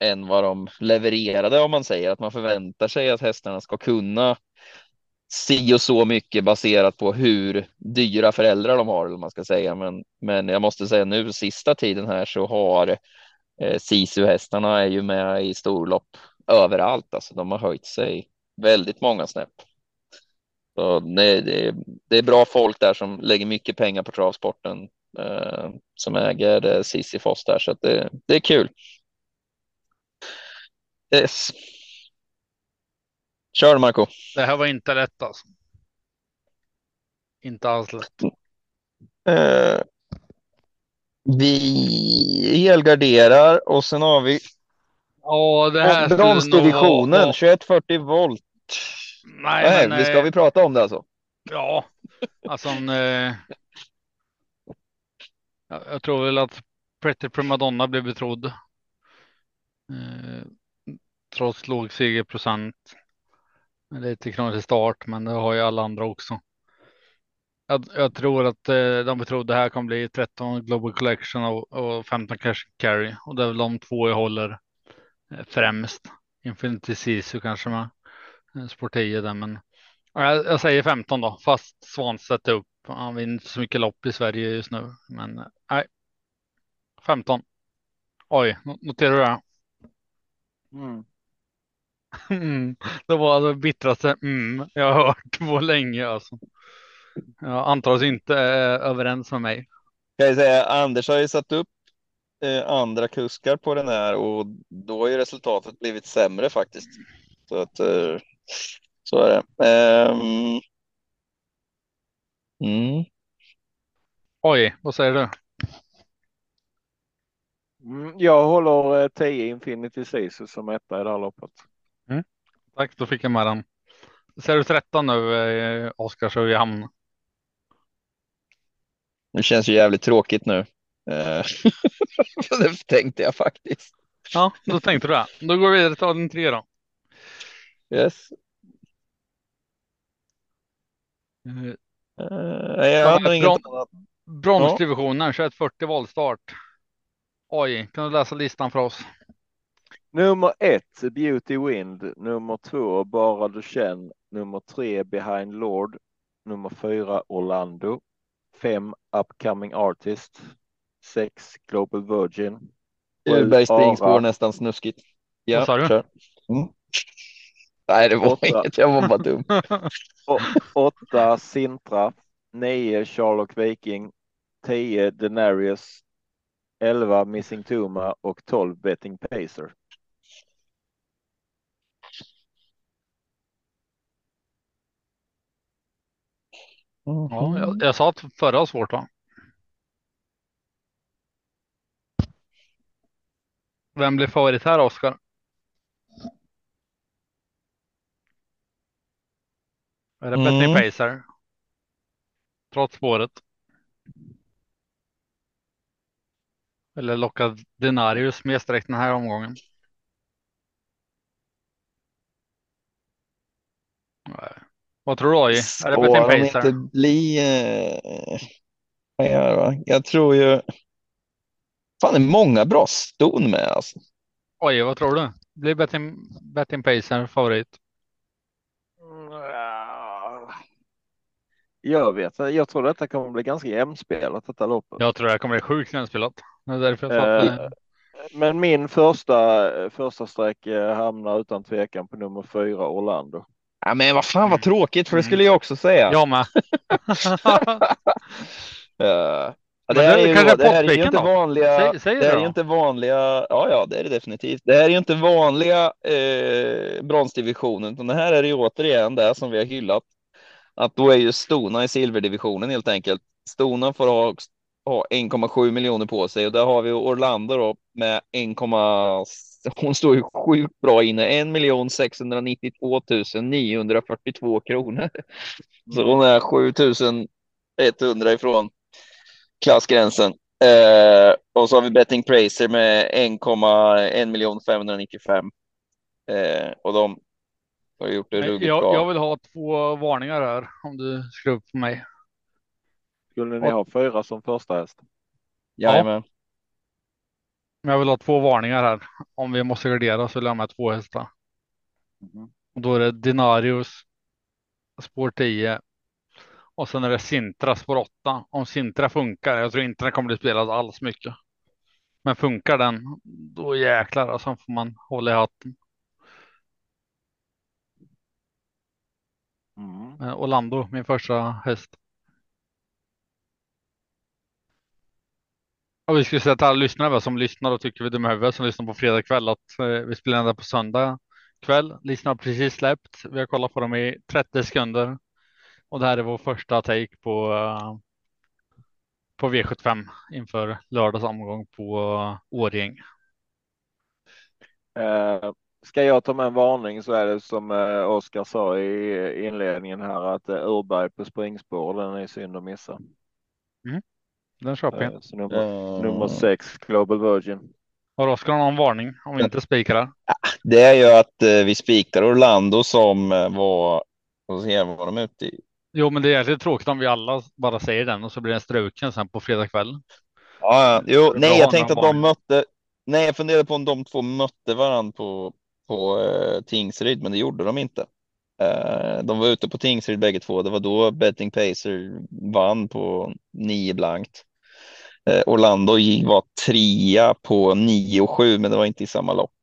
än vad de levererade, om man säger att man förväntar sig att hästarna ska kunna si och så mycket baserat på hur dyra föräldrar de har, eller man ska säga. Men, men jag måste säga nu sista tiden här så har eh, Sisu-hästarna är ju med i storlopp överallt. Alltså de har höjt sig väldigt många snäpp. Så det, det, det är bra folk där som lägger mycket pengar på travsporten eh, som äger eh, Sisyfos där, så att det, det är kul. Yes. Kör Marco. Det här var inte lätt alltså. Inte alls lätt. Eh, vi helgarderar och sen har vi Ja, det här skulle nog bronsdivisionen vara... tjugoett fyrtio volt. Nej, Nej, men... vi ska eh, vi prata om det alltså. Ja, alltså... Eh, jag, jag tror väl att Pretty Primadonna blev betrodd. Eh, trots låg segerprocent. Lite krånglig till start, men det har ju alla andra också. Jag, jag tror att eh, de betrodde här kommer bli tretton Global Collection och, och femton Cash Carry. Och det är väl de två jag håller eh, främst. Infinity Sisu kanske med. Eh, Sportio där, men ja, jag, jag säger femton då. Fast Svanstedt upp. Han vinner inte så mycket lopp i Sverige just nu. Men eh, nej, femton. Oj, no- noterar du det? Mm. Mm. Det var det bittraste mm, jag har hört på länge alltså. Jag antar att inte är överens med mig. Kan jag säga, Anders har ju satt upp eh, andra kuskar på den här och då har ju resultatet blivit sämre faktiskt. Så att eh, så är det. Ehm, mm. Oj, vad säger du? Mm, jag håller eh, tio Infinity Sisu som etta i det här loppet. Mm. Tack, då fick jag med den. Ser du tretton nu, eh, Oskar, så är vi i hamn. Det känns ju jävligt tråkigt nu. Eh, det tänkte jag faktiskt. Ja, då tänkte du det. Då går vi vidare till avdelning tre då. Yes. Eh, Eh, jag De har här nog inget bron annat. Ja. bronsdivisionen, tjugoett fyrtio voltstart. Oj, kan du läsa listan för oss? Nummer ett, Beauty Wind. Nummer två, Bara du känn. Nummer tre, Behind Lord. Nummer fyra, Orlando. Fem, Upcoming Artist. Sex, Global Virgin. Sju, Berg springspår Ara. nästan snuskigt. Vad Ja, sa du? kör. Mm. Nej, det var Åtta. inget. Jag var bara dum. Å- åtta, Sintra. Nio, Sherlock Viking. Tio, Denarius. Elva, Missing Tuma och tolv, Betting Pacer. Ja, jag, jag sa att förra var svårt va? Vem blir favorit här, Oskar? Är det Betting Mm. Pacer? Trots spåret? Eller lockar Denarius med streck den här omgången? Nej. Vad tror du, Oj? Är det Betting Svår om Pacer? inte bli. Eh, vad gör jag, va? Jag tror ju. Fan, det är många bra ston med alltså. Oj, vad tror du? Blir Betting, betting Pacer favorit? Jag vet, jag tror detta kommer bli ganska jämspelat detta loppet. Jag tror det här kommer bli sjukt jämspelat. Det är därför jag sa Eh, att det... Men min första, första streck eh, hamnar utan tvekan på nummer fyra, Orlando. Ja, men vad fan vad tråkigt, för det Mm. skulle jag också säga. Jag med. Ja, Men det här det är ju, kanske är då, det här är ju pottpicken inte då? vanliga. Säg, säg Det det här är då. ju inte vanliga. Ja, ja, det är det definitivt. Det här är ju inte vanliga eh, bronsdivisionen, utan det här är ju återigen det som vi har hyllat. Att då är ju stona i silverdivisionen helt enkelt. Stona får ha, ha en komma sju miljoner på sig och där har vi Orlando då med en, hon står ju sjukt bra inne. en miljon sexhundranittiotvå tusen niohundrafyrtiotvå kronor. Så hon är sju tusen etthundra ifrån klassgränsen. Eh, och så har vi Betting Praser med en miljon femhundranittiofem. Eh, och de har gjort det ruggigt Jag, bra. jag vill ha två varningar här om du skriver upp för mig. Skulle ni ha fyra som första häst? Jajamän. Men jag vill ha två varningar här. Om vi måste gardera så vill jag ha med två hästar. Mhm. Och då är det Dinarius, spår tio. Och sen är det Sintra, spår åtta. Om Sintra funkar, jag tror inte den kommer bli spelad alls mycket. Men funkar den, då jäklar alltså får man hålla i hatten. Mm. Eh, Orlando, min första häst. Och vi skulle säga till alla lyssnare som lyssnar och tycker vi är dumma i huvudet som lyssnar på fredag kväll att eh, vi spelar in det på söndag kväll. Listorna har precis släppt. Vi har kollat på dem i trettio sekunder. Och det här är vår första take på, eh, på V sjuttiofem inför lördags omgång på uh, Årjäng. Eh, ska jag ta med en varning så är det som eh, Oskar sa i inledningen här att eh, Urberg på springspår, den är synd att missa. Mm, den köper jag. Eh, så nummer, nummer Eh, sex, Global Virgin. Har Oskar någon varning om vi inte spikar? Det är ju att eh, vi spikar Orlando som eh, var, och se vad de är ute i. Jo, men det är jäkligt tråkigt om vi alla bara säger den och så blir den struken sen på fredag kväll. Ja, ja. Jo, Det är bra nej, att jag ha tänkte någon att de varning. mötte. Nej, jag funderade på om de två mötte varandra på, på uh, Tingsryd, men det gjorde de inte. Eh, de var ute på Tingsryd bägge två. Det var då Betting Pacer vann på nio blankt. Eh, Orlando gick- var trea på nio och sju, men det var inte i samma lopp.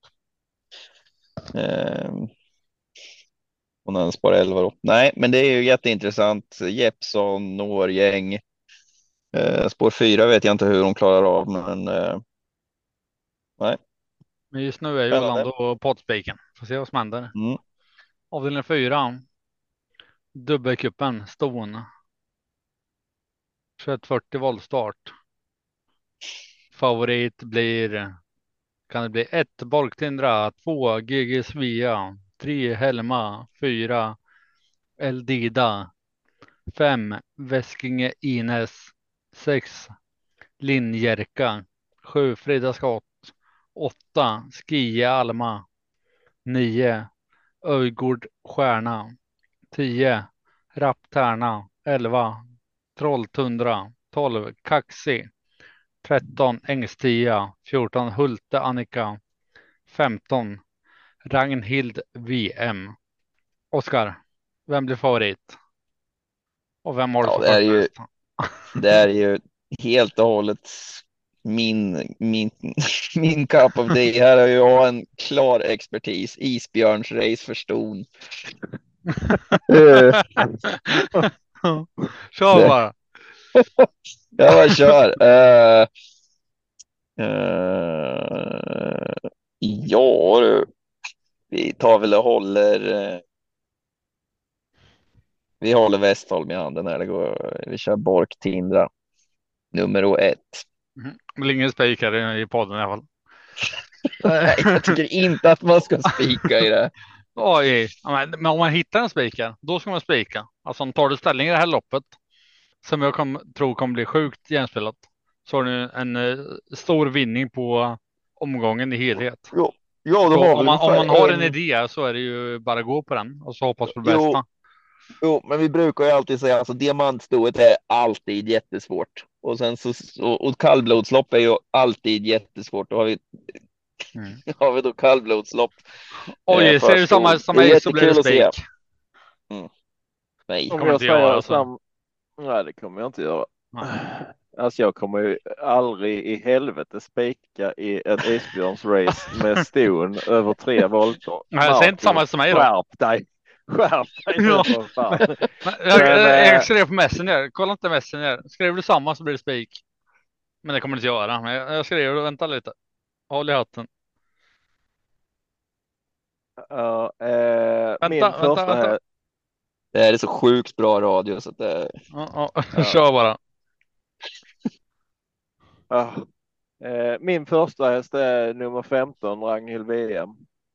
Eh, och när den spår elva då. Nej, men det är ju jätteintressant. Jeppson, Årgäng. Eh, spår fyra vet jag inte hur de klarar av, men eh, nej, Men just nu är ju spännande. Orlando poddspiken. Får se vad som händer. Mm. Avdelning fyra. Dubbelcupen, Ston. tjugoett fyrtio voltstart. Favorit blir, kan det bli ett Borgtindra, två G G Svea, tre Helma, fyra Eldida, fem Väskinge Ines, sex Linjerka, sju Frida Skott, åtta Skia Alma, nio Öjgård Stjärna, tio Rapptärna, elva Trolltundra, tolv Kaxi, tretton Ängstia, fjorton Hulte Annika, femton Ragnhild V M. Oskar, vem blir favorit? Och vem har du Ja, som det är första ju, häst? det är ju helt och hållet min, min, min cup of tea. Här har jag en klar expertis. Isbjörns race för ston. Eh, Kör det, bara. jag bara kör. Uh, uh, ja, du. Vi tar väl och håller. Uh, vi håller Westholm i handen när det går. Vi kör Bork Tindra. Nummer ett. Mm. Det blir ingen spik här i podden i alla fall. Nej, jag tycker inte att man ska spika i det. Oj, ja, men men om man hittar en spikar, då ska man spika. Alltså om tar du ställning i det här loppet, som jag kom, tror kommer bli sjukt jämspelat, så har du en eh, stor vinning på omgången i helhet. Jo, jo, då Så har om vi man, om ungefär man har en en. idé så är det ju bara att gå på den och så hoppas på det Jo, bästa. jo, men vi brukar ju alltid säga alltså diamantstoet är alltid jättesvårt. Och sen så och, och kallblodslopp är ju alltid jättesvårt. Då har vi, Mm. har vi då kallblodslopp eh, Oj, ser för du samma ston. som Det är mig så blir det jättekul att se. spik. Mm. Nej, Om Kommer jag inte göra säger så. sam... Nej, det kommer jag inte göra. Nej. Alltså jag kommer ju aldrig i helvete spika i ett isbjörnsrace med ston över tre volter. Nej, säg inte samma som mig då. Skärp dig! Skärp dig nu Ja. för fan. Men, jag, Men, jag, eh, jag skrev på Messenger. Kolla inte Messenger. Skrev du samma så blir det spik. Men det kommer du inte göra. Men jag, jag skrev och vänta lite. Håll i hatten. ja, eh, min Vänta, vänta, första vänta. här. det här är så sjukt bra radio så att det. Ja, ja. Ja. Kör bara. Ah, eh, min första häst är nummer femton, Ragnhild V M.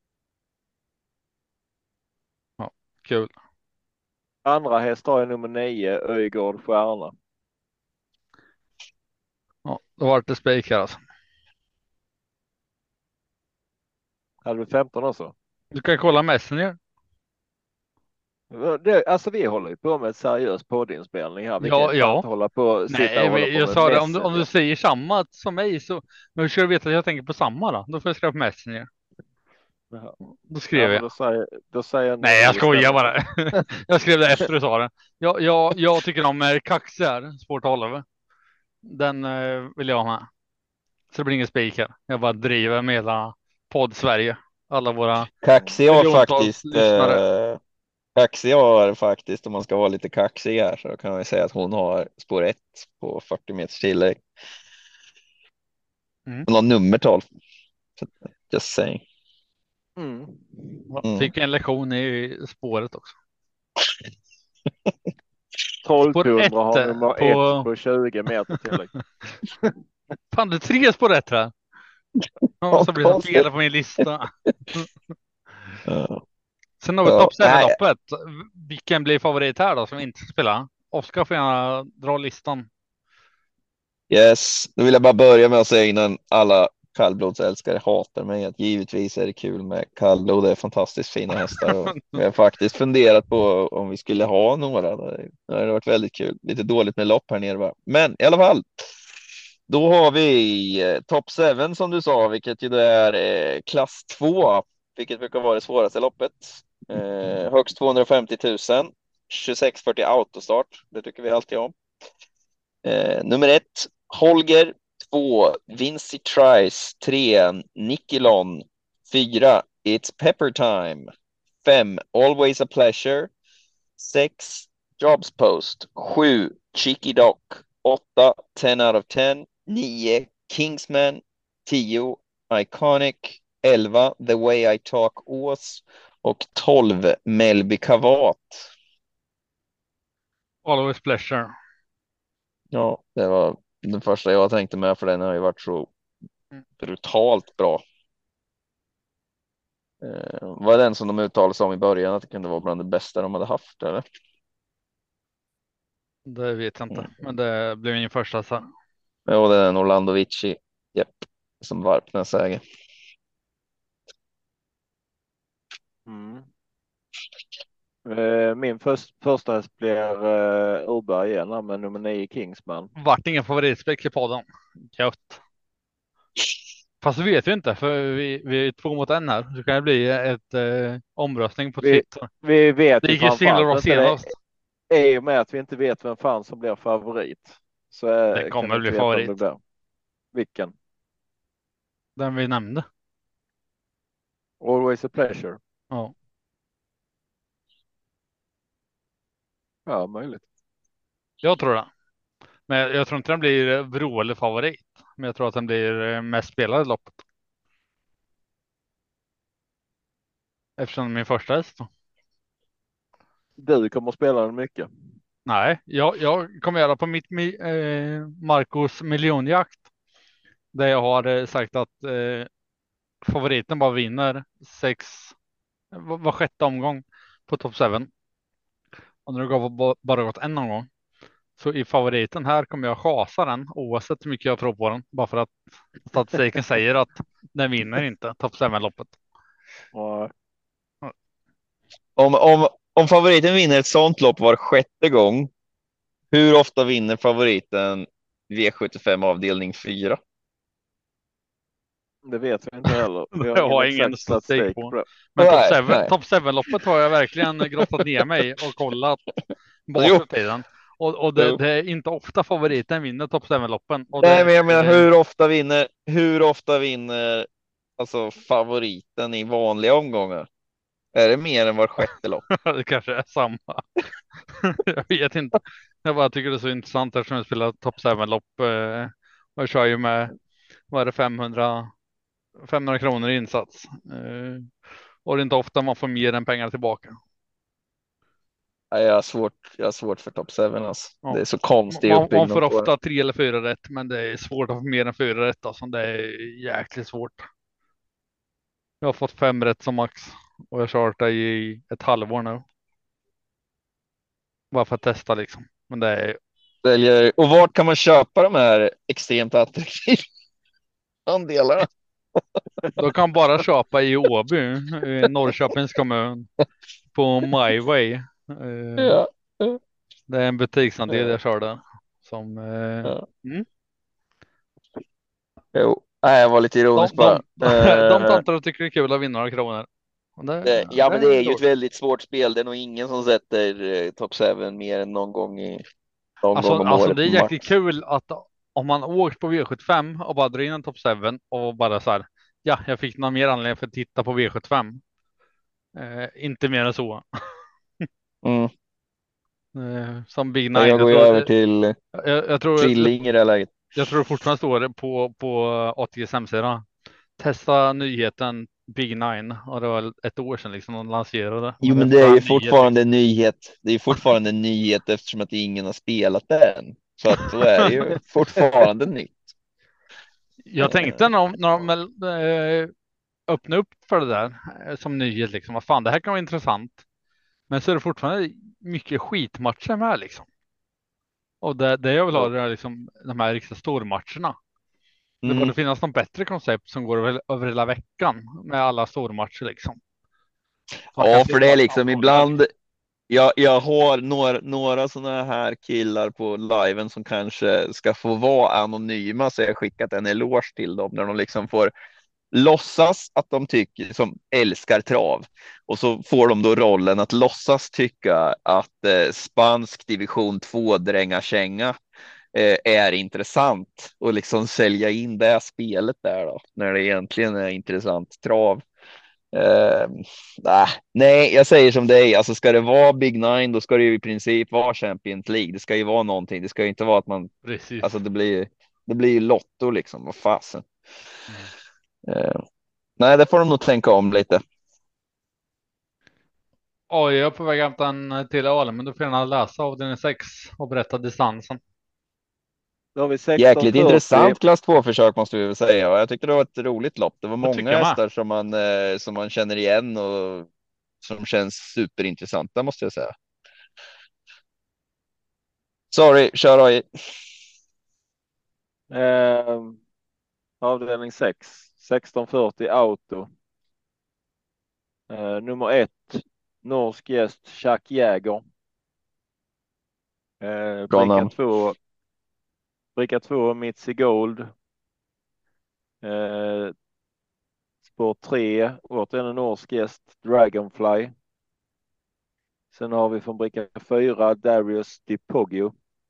Ja, kul. Andra häst har jag nummer nio, Öjgård Stjärna. Ja, då var det spik här alltså. Hade vi femton också? Du kan kolla Messenger. Det, alltså vi håller ju på med ett seriöst poddinspelning här. Vi kan Ja, ju fan ja. inte hålla på sitta Nej, och hålla men på jag med sa det, om du, om du Messenger. säger samma som mig så, men hur ska du veta att jag tänker på samma då? Då får jag skriva på Messenger. Jaha. Då Ja, skrev men jag. då säger, då säger Nej, jag ni skojar istället. bara. Jag skrev det efter du sa det. Jag, jag, jag tycker om är kaxigare, svårt att hålla över. Den eh, vill jag ha med. Så det blir ingen spik här. Jag bara driver med hela podd Sverige. Alla våra Kaxig har miljontals faktiskt, lyssnare. eh, kaxig har faktiskt, om man ska vara lite kaxig här, så kan man säga att hon har spår ett på fyrtio meters tillägg. Mm. Hon har nummer tolv. Just saying. Mm. Mm. Fick en lektion i spåret också. Spår ett tolvhundra har nummer på... ett på tjugo meter tillägg. Fan, det är tre spår rätt här. Jag måste bli så fel på min lista. Ja. Sen har vi Ja, topp nej. seven-loppet. Vilken blir favorit här då som vi inte ska spela? Oskar får gärna dra listan. Yes, då vill jag bara börja med att säga innan alla kallblodsälskare hatar mig att givetvis är det kul med kallblod. Det är fantastiskt fina hästar och vi har faktiskt funderat på om vi skulle ha några. Det hade varit väldigt kul. Lite dåligt med lopp här nere bara. Men i alla fall. Då har vi eh, top seven som du sa, vilket ju då är eh, klass två, vilket brukar vara det svåraste loppet. Eh, högst tvåhundrafemtio tusen, tjugosex fyrtio autostart. Det tycker vi alltid om. Eh, nummer ett, Holger. Två, Vinci Trice. Tre, Nikilon. Fyra, It's Pepper Time. Fem, Always a Pleasure. Sex, Jobs Post. Sju, Cheeky Doc. Åtta, ten out of ten. Nio, Kingsman. Tio, Iconic. Elva, The Way I Talk Ås. Och tolv, Melby Kavat. Always pleasure. Ja, det var den första jag tänkte med, för den har ju varit så Mm. brutalt bra. Eh, var det den som de uttalade sig om i början, att det kunde vara bland det bästa de hade haft, eller? Det vet jag inte, Mm. men det blev min första. Så. Ja, det är en Orlando Vici. Japp, som Varpnäs äger. Mm. Eh, Min först, första häst blir uh, Urberg igen här med nummer nio Kingsman. Vart ingen favoritspec i podden. Gött. Fast det vet vi inte, för vi, vi är två mot en här. Så kan det bli ett eh, omröstning på Vi, Twitter. vi vet Det ju gick ju så himla bra framförallt inte det. senast. I och med att vi inte vet vem fan som blir favorit. Så eh, Det kan kommer vi inte bli veta vem favorit. det blir. Vilken? Den vi nämnde. Always a pleasure. Ja. Ja, möjligt. Jag tror det. Men jag, jag tror inte den blir vrålig favorit. Men jag tror att den blir eh, mest spelade i loppet. Eftersom min första häst. Du kommer att spela den mycket. Nej, jag, jag kommer göra på mitt eh, Marcos miljonjakt. Där jag har eh, sagt att eh, favoriten bara vinner sex, var, var sjätte omgång på top seven. Och nu har det bara gått en omgång. Så i favoriten här kommer jag chasa den oavsett hur mycket jag tror på den. Bara för att statistiken säger att den vinner inte top seven-loppet. Och, Om, om, om favoriten vinner ett sånt lopp var sjätte gång, hur ofta vinner favoriten V sjuttiofem avdelning fyra? det vet vi inte heller. Vi har Jag ingen har ingen exakt statistik statistik på. på det. Men Nej, top seven, nej. top seven-loppet har jag verkligen grottat ner mig och kollat Jo. bakåt i den. Och, och det, Jo. det är inte ofta favoriten vinner top seven-loppen. Och Nej, det, men jag menar, det, hur ofta vinner, hur ofta vinner alltså favoriten i vanliga omgångar? Är det mer än var sjätte lopp? det kanske är samma. Jag vet inte. Jag bara tycker det är så intressant eftersom jag spelar top seven-lopp. Eh, och jag kör ju med, vad är det, femhundra, femhundra kronor i insats. Eh, och det är inte ofta man får mer än pengar tillbaka. Nej, jag har svårt, jag har svårt för top seven alltså. Ja. Det är så konstig Man, man uppbyggnad får på ofta den. tre eller fyra rätt, men det är svårt att få mer än fyra rätt. Alltså. Det är jäkligt svårt. Jag har fått fem rätt som max och jag har kört det i ett halvår nu. Bara för att testa liksom. Men det är Väljer, och vart kan man köpa de här extremt attraktiva andelarna? då kan bara köpa i Åby, i Norrköpings kommun, på MyWay. Eh, Ja. Ja. Det är en butiksandel Ja. jag kör där. Som, eh, Ja. mm. Jo, nej, jag var lite de, ironisk bara. de, de Eh, tantar tycker det är kul att vinna några kronor. Och det, det, ja, det men det är är ju ett roligt. väldigt svårt spel. Det är nog ingen som sätter eh, topp sju mer än någon gång i någon Alltså, gång om alltså året det är max. jäkligt kul att om man åkt på V sjuttiofem och bara drar in en topp sju och bara så här, ja, jag fick någon mer anledning för att titta på V sjuttiofem. Eh, inte mer än så. Mm. Eh, som Big Men Nine. jag Jag går ju tror, över jag, till jag, jag tror, tvilling i det här läget. jag tror det fortfarande står på, på A T Gs hemsida. Testa nyheten Big Nine. Och det var ett år sedan liksom de lanserade. Jo, Och det är men det är fortfarande ju en nyhet, fortfarande liksom. en nyhet. Det är fortfarande en nyhet eftersom att ingen har spelat det än. Så att då är det ju fortfarande nytt. Jag tänkte när de, när de eh, öppnade upp för det där eh, som nyhet, liksom, vad fan, det här kan vara intressant. Men så är det fortfarande mycket skitmatcher med liksom. Och det, det jag vill ha Ja. det är liksom de här riktigt stormatcherna. Det Mm. borde finnas någon bättre koncept som går över, över hela veckan med alla stormatcher liksom. Man kan Ja, se för det är vart liksom allt håller. ibland. Jag, jag har några, några sådana här killar på liven som kanske ska få vara anonyma, så jag har skickat en eloge till dem där de liksom får låtsas att de tycker som älskar trav och så får de då rollen att låtsas tycka att eh, spansk division två drängakänga eh, är intressant och liksom sälja in det spelet där då när det egentligen är intressant trav. Uh, nah, nej, jag säger som dig. Alltså, ska det vara Big Nine, då ska det ju i princip vara Champions League. Det ska ju vara någonting. Det ska ju inte vara att man, Precis. alltså det blir, det blir ju lotto liksom. Vad fasen. Mm. Uh, nej, det får de nog tänka om lite. Oj, jag är på väg att hämta en till öl, men du får gärna läsa avdelning sex och berätta distansen. Då har vi sexton Jäkligt fyrtio. intressant klass två försök måste vi väl säga. Och jag tyckte det var ett roligt lopp. Det var Jag tycker många jag med. hästar som man, eh, som man känner igen och som känns superintressanta måste jag säga. Sorry, kör A I. Eh, avdelning sex. sexton fyrtio auto. Eh, nummer ett. Norsk gäst Jack Jäger. Eh, Bra bricka namn. två. Bricka två Mitzi Gold. Eh, spår tre. Återigen en norsk gäst Dragonfly. Sen har vi från bricka fyra Darius DiPoggio.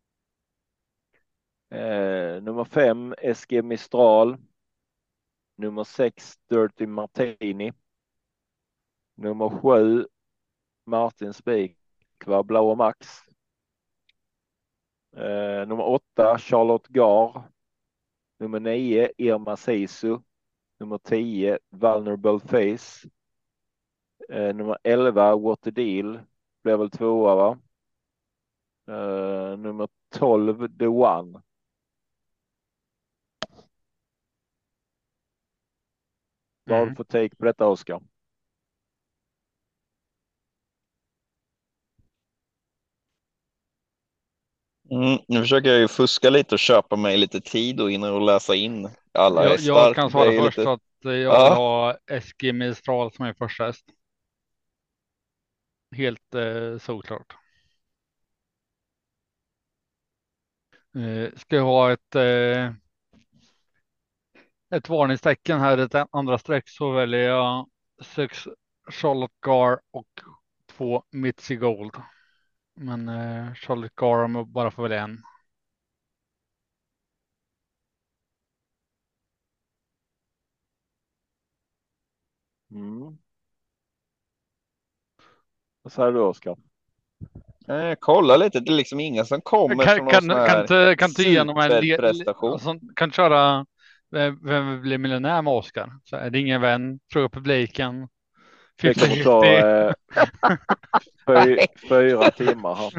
Eh, nummer fem S G Mistral. Nummer sex Dirty Martini. Nummer sju Martin Spik var Blåa Max. Eh, nummer åtta Charlotte Gar. Nummer nio Irma Sisu. Nummer tio Vulnerable Face. Eh, nummer elva What the Deal. Blev väl tvåa va? Eh, nummer tolv The One. Vad har du Mm. för take på detta Oskar? Mm, nu försöker jag ju fuska lite och köpa mig lite tid och innan och läsa in alla Jag, jag hästar. kan Det är svara ju först lite. så att jag vill Ja, ha S G Mistral som är första häst. Helt eh, såklart. Eh, ska jag ha ett, eh, ett varningstecken här, ett andra streck, så väljer jag sex Charlotte Gar och två Mitzi Gold. Men eh, Charlotte Gar om jag bara får välja en. Mm. Vad säger du Oskar? eh, kolla lite. Det är liksom inga som kommer Kan, från någon kan, sån kan, här inte, kan inte ge honom en le, le, superprestation. alltså, kan köra Vem vem vill bli miljonär med Oscar? Så är det ingen vän? Fråga publiken. Det kommer ta femtio eh, fy, fyra timmar här.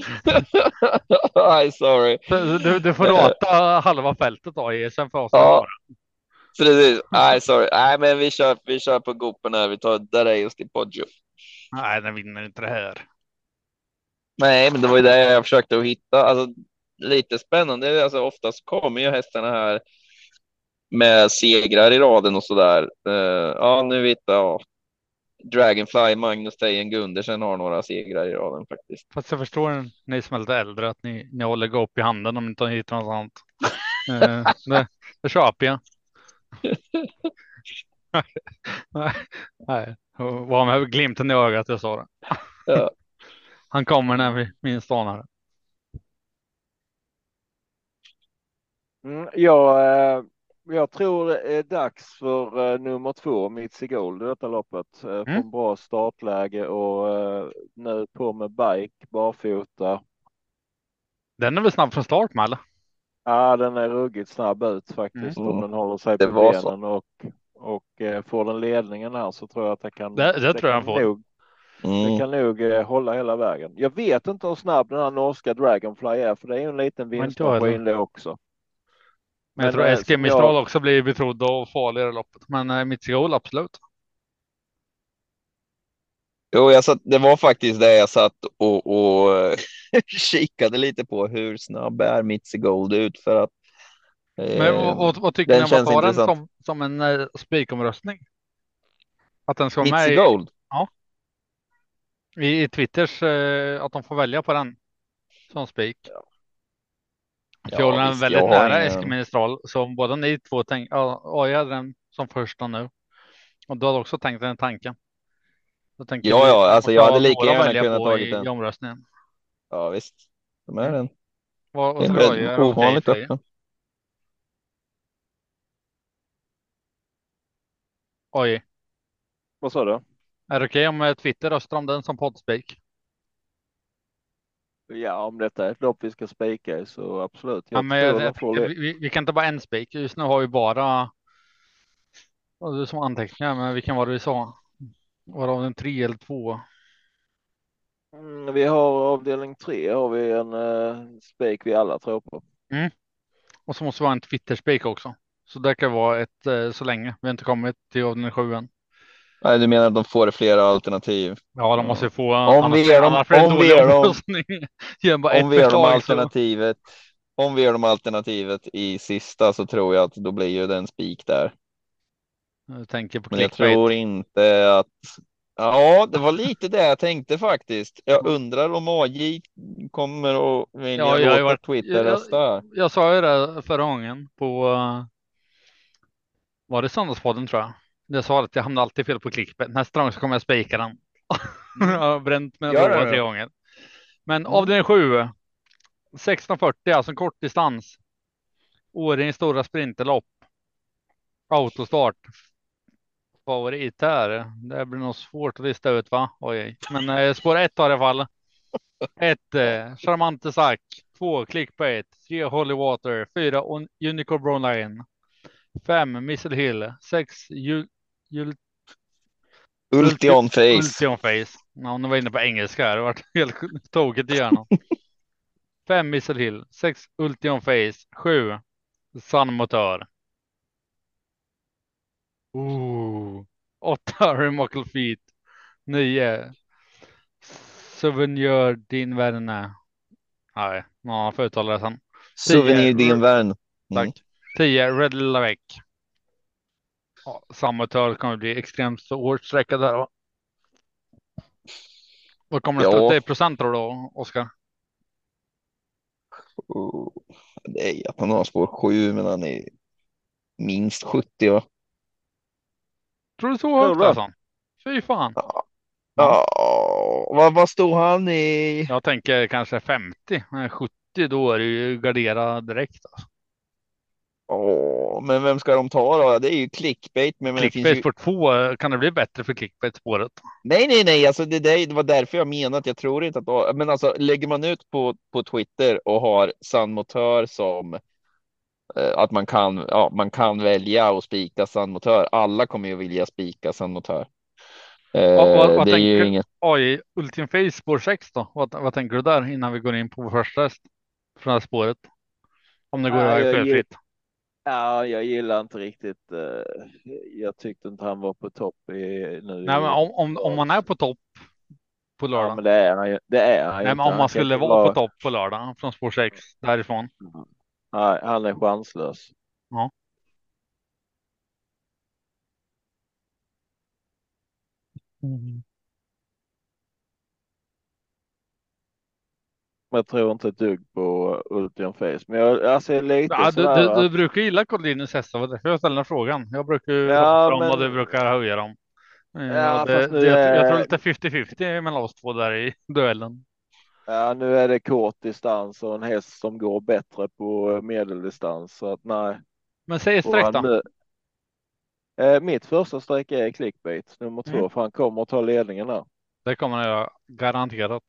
Nej, sorry. femtio. Du, du får Eh, rata halva fältet då i sen får Oscar ja, svara. precis. Nej, sorry. Nej, men vi kör, vi kör på gopen här. Vi tar Dareios till Poggio. Nej, den vinner inte det här. Nej, men det var ju det jag försökte att hitta. Alltså, lite spännande. Alltså, oftast kommer ju hästarna här med segrar i raden och så där. Uh, ja, nu vet jag. Dragonfly, Magnus Tejen Gundersen har några segrar i raden faktiskt. Fast jag förstår ni som är lite äldre att ni, ni håller gå upp i handen om ni inte hittar något annat. Eh, det, det köper jag. Nej, nej. Var med glimten i ögat jag sa det. Ja. Han kommer när vi minst anar det. Mm, ja, eh, jag tror det är dags för eh, nummer två, Mitzi Gold i detta loppet. Eh, Mm. Från bra startläge och eh, nu på med bike, barfota. Den är väl snabb från start med eller? Ja, den är ruggigt snabb ut faktiskt Mm. om den håller sig Det på var så. benen och, och eh, får den ledningen här så tror jag att det kan, Det, det, tror jag han kan får. nog, Mm. det kan nog eh, hålla hela vägen. Jag vet inte hur snabb den här norska Dragonfly är för det är ju en liten Men inte jag heller. vinstmaskin det också. Men jag Men, tror eh, S G som Mistral jag- också blir betrodd och farlig i det loppet. Men eh, Mitzi Gold absolut. Jo, jag satt, det var faktiskt det jag satt och, och kikade lite på. Hur snabb är Mitzi Gold ut? För att Men eh, vad, vad, vad tycker den ni om att känns ha den intressant. som, som en eh, spikomröstning? Att den ska vara med Mitzi i, Gold. i, i Twitters, eh, att de får välja på den som spik. För jag Ja, håller den visst, väldigt jag har nära ingen- Eskil Ministral. Så om båda ni två tänkte, ja, ja, jag hade den som första nu. Och du hade också tänkt den tanken. Då tänker Ja, vi, ja, vi alltså måste jag ha hade lika några att gärna välja kunnat på tagit i, den. i omröstningen. Ja, visst. De är Mm. den. Vad, vad Det är tror du? väldigt Är det okej ovanligt för dig? öppen. Oj. Vad sa du? Är det okej om eh, Twitter röstar om den som poddspik? Ja, om detta är ett lopp vi ska spika i så absolut. Ja, Jag men jag, tror jag de får tänkte, le- vi, vi, vi kan inte bara en spik. Just nu har vi bara och du som anteckningar, men vilken var det vi sa? Var det en tre eller två? mm, vi har avdelning tre har vi en uh, spik vi alla tror på. Mm. Och så måste vi ha en Twitter-spik också. Så det kan vara ett eh, så länge. Vi har inte kommit till avdelning sju än. Nej, du menar att de får flera alternativ? Ja, de måste ju få. Om Annars, vi ger dem, annars blir det en om vi dålig ger dem, omröstning. Ge bara om ett vi gör dem förslag. Så. alternativet, om vi gör dem alternativet i sista så tror jag att då blir ju den spik där. Jag tänker på Men jag clickbait. tror inte att. Ja, det var lite det jag tänkte faktiskt. Jag undrar om A J kommer att vilja Ja, jag, har ju låta varit, Twitter jag, rösta här. jag, jag sa ju det förra gången på. eh, Var det Söndagspodden tror jag. Jag sa att jag hamnar alltid fel på clickbait. Nästa gång så kommer jag spika den. Mm. Jag har bränt mig Gör det blåa nu. tre gånger. Men Mm. avdelning sju. sexton fyrtio, alltså en kortdistans. Årjängs stora sprinterlopp. Autostart. Favorit här. Det blir nog svårt att lista ut va? Oj. Men eh, spår ett har i alla fall. ett. Eh, Charmante Sack. två. Clickbait. tre. Holy Water. fyra. Un- Unicorn Brown Lion. fem. Missile Hill. sex. Jul... Jul... Ultion face. Ultion Face. Ja, nu var jag inne på engelska här. Det var helt tokigt i hjärnan. fem. Missile Hill. sex. Ultion Face. sju. Sun Motor. Ooh. åtta. Remarkable Feet. nio. Souvenir din värne. Nej, man får uttala det sen. Souvenir din vän. Mm. Tack. tio. Red Lavec. Ja, samma tal kommer bli extremt hårt sträcka där va? Vad kommer det Ja. sluta i procent då, då Oskar? Oh, det är att han har spår sju men han är minst sjuttio. Va? Tror du så högt Tror du? alltså? Fy fan. Ja. Ja. Vad, vad stod han i? Jag tänker kanske femtio. Men sjuttio då är det ju gardera direkt. Alltså. Åh, men vem ska de ta då? Det är ju clickbait. Men, men det finns Clickbait ju... för två. Kan det bli bättre för clickbait spåret? Nej, nej, nej. Alltså det, det, det var därför jag menade att jag tror inte att. Men alltså lägger man ut på, på Twitter och har Sun Motör som eh, att man kan, ja, man kan välja och spika Sun Motör. Alla kommer ju vilja spika Sun Motör. Eh, Vad, vad, vad det är tänker ju inget. Oj, Ultim Face spår sex då? Vad, vad tänker du där innan vi går in på första häst från det här spåret? Om det går Ja, iväg jag, gill, felfritt. ja, jag gillar inte riktigt. eh, jag tyckte inte han var på topp i, nu. Nej, men i- om, om, om man är på topp på Ja, lördag. men det är han ju. Det är han ju Nej, inte. men om Han man kan skulle inte vara på topp på lördag från spår sex därifrån. Nej, han är chanslös. Mm. Men jag tror inte ett dugg på Ultium Face. Men jag alltså, är lite Ja, du, sådär du, du att brukar gilla Cordelinus hästar, det var därför jag ställer den frågan. Jag brukar ju rata ja, dem och men du brukar höja dem. Eh, och ja, fast det, det, nu jag, tror- jag tror är lite fifty fifty mellan oss två där i duellen. ja, nu är det kort distans och en häst som går bättre på medeldistans. Så att nej. Men säg ett Och streck han, då. mö- eh, mitt första streck är clickbait nummer Mm. två. För han kommer att ta ledningen där. Det kommer han göra garanterat.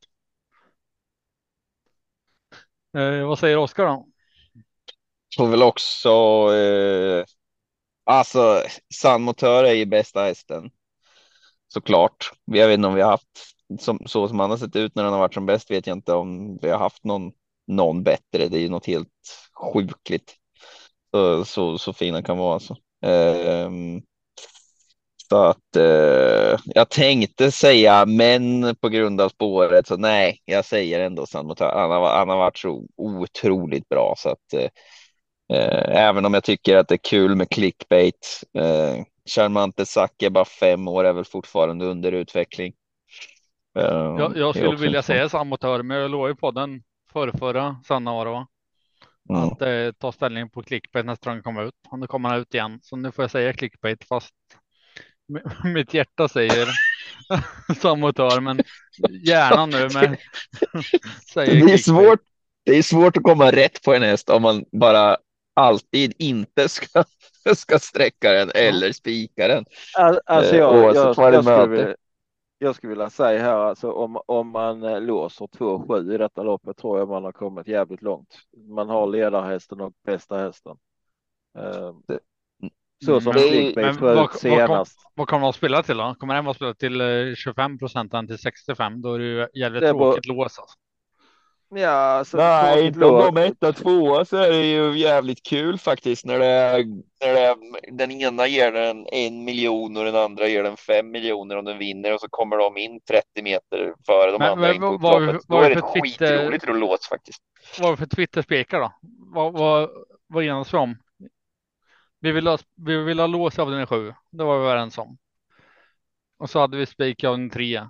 Eh, vad säger Oskar då? Får väl också, eh, alltså San Motör är ju bästa hästen. Såklart. Jag vet inte om vi har haft, som, så som han har sett ut när han har varit som bäst, vet jag inte om vi har haft någon, någon bättre. Det är ju något helt sjukligt. Så, så, så fin han kan vara alltså. Ehm, så att eh, jag tänkte säga men på grund av spåret så nej, jag säger ändå San Motör. Han har, han har varit så otroligt bra så att eh, Eh, även om jag tycker att det är kul med clickbait. Eh, Charmante Sack är bara fem år, är väl fortfarande under utveckling. Eh, Jag, jag det är skulle också vilja intressant. säga samotör, men jag låg ju på den förra, förra Sanna var det va? Mm. Att eh, ta ställning på clickbait när strängen kommer ut. Och nu kommer han ut igen. Så nu får jag säga clickbait fast m- mitt hjärta säger samotör. Men hjärnan nu med säger Det är clickbait. svårt. Det är svårt att komma rätt på en häst om man bara alltid inte ska, ska sträcka den Ja. eller spika den. Al- Alltså Eh, jag, oavsett jag, vad det jag, skulle möter. vilja, jag skulle vilja säga här alltså om, om man eh, låser två sju i detta loppet tror jag man har kommit jävligt långt. Man har ledarhästen och bästa hästen. Eh, så Mm, som Det men, är ju, clickbait men sköt vad, vad, kom, senast. vad kommer de att spela till då? Kommer den vara spelad till eh, tjugofem procent än till sextiofem? Då är det ju jävligt Det beror, tråkigt lås alltså. ja, alltså nej, tråkigt inte om låt. de är etta, tvåa så är det ju jävligt kul faktiskt när det är, när det är, den ena ger den en miljon och den andra ger den fem miljoner om den vinner och så kommer de in trettio meter före de Men, andra men in på vad, vad, upploppet. vad Då är är det det för ett Twitter? skitroligt låt faktiskt. Vad är det för Twitter-spekar då? Vad, vad, vad enas vi om? Vi vill ha, vi vill ha lås av den sju. Det var vi överens om. Och så hade vi spik av den tre.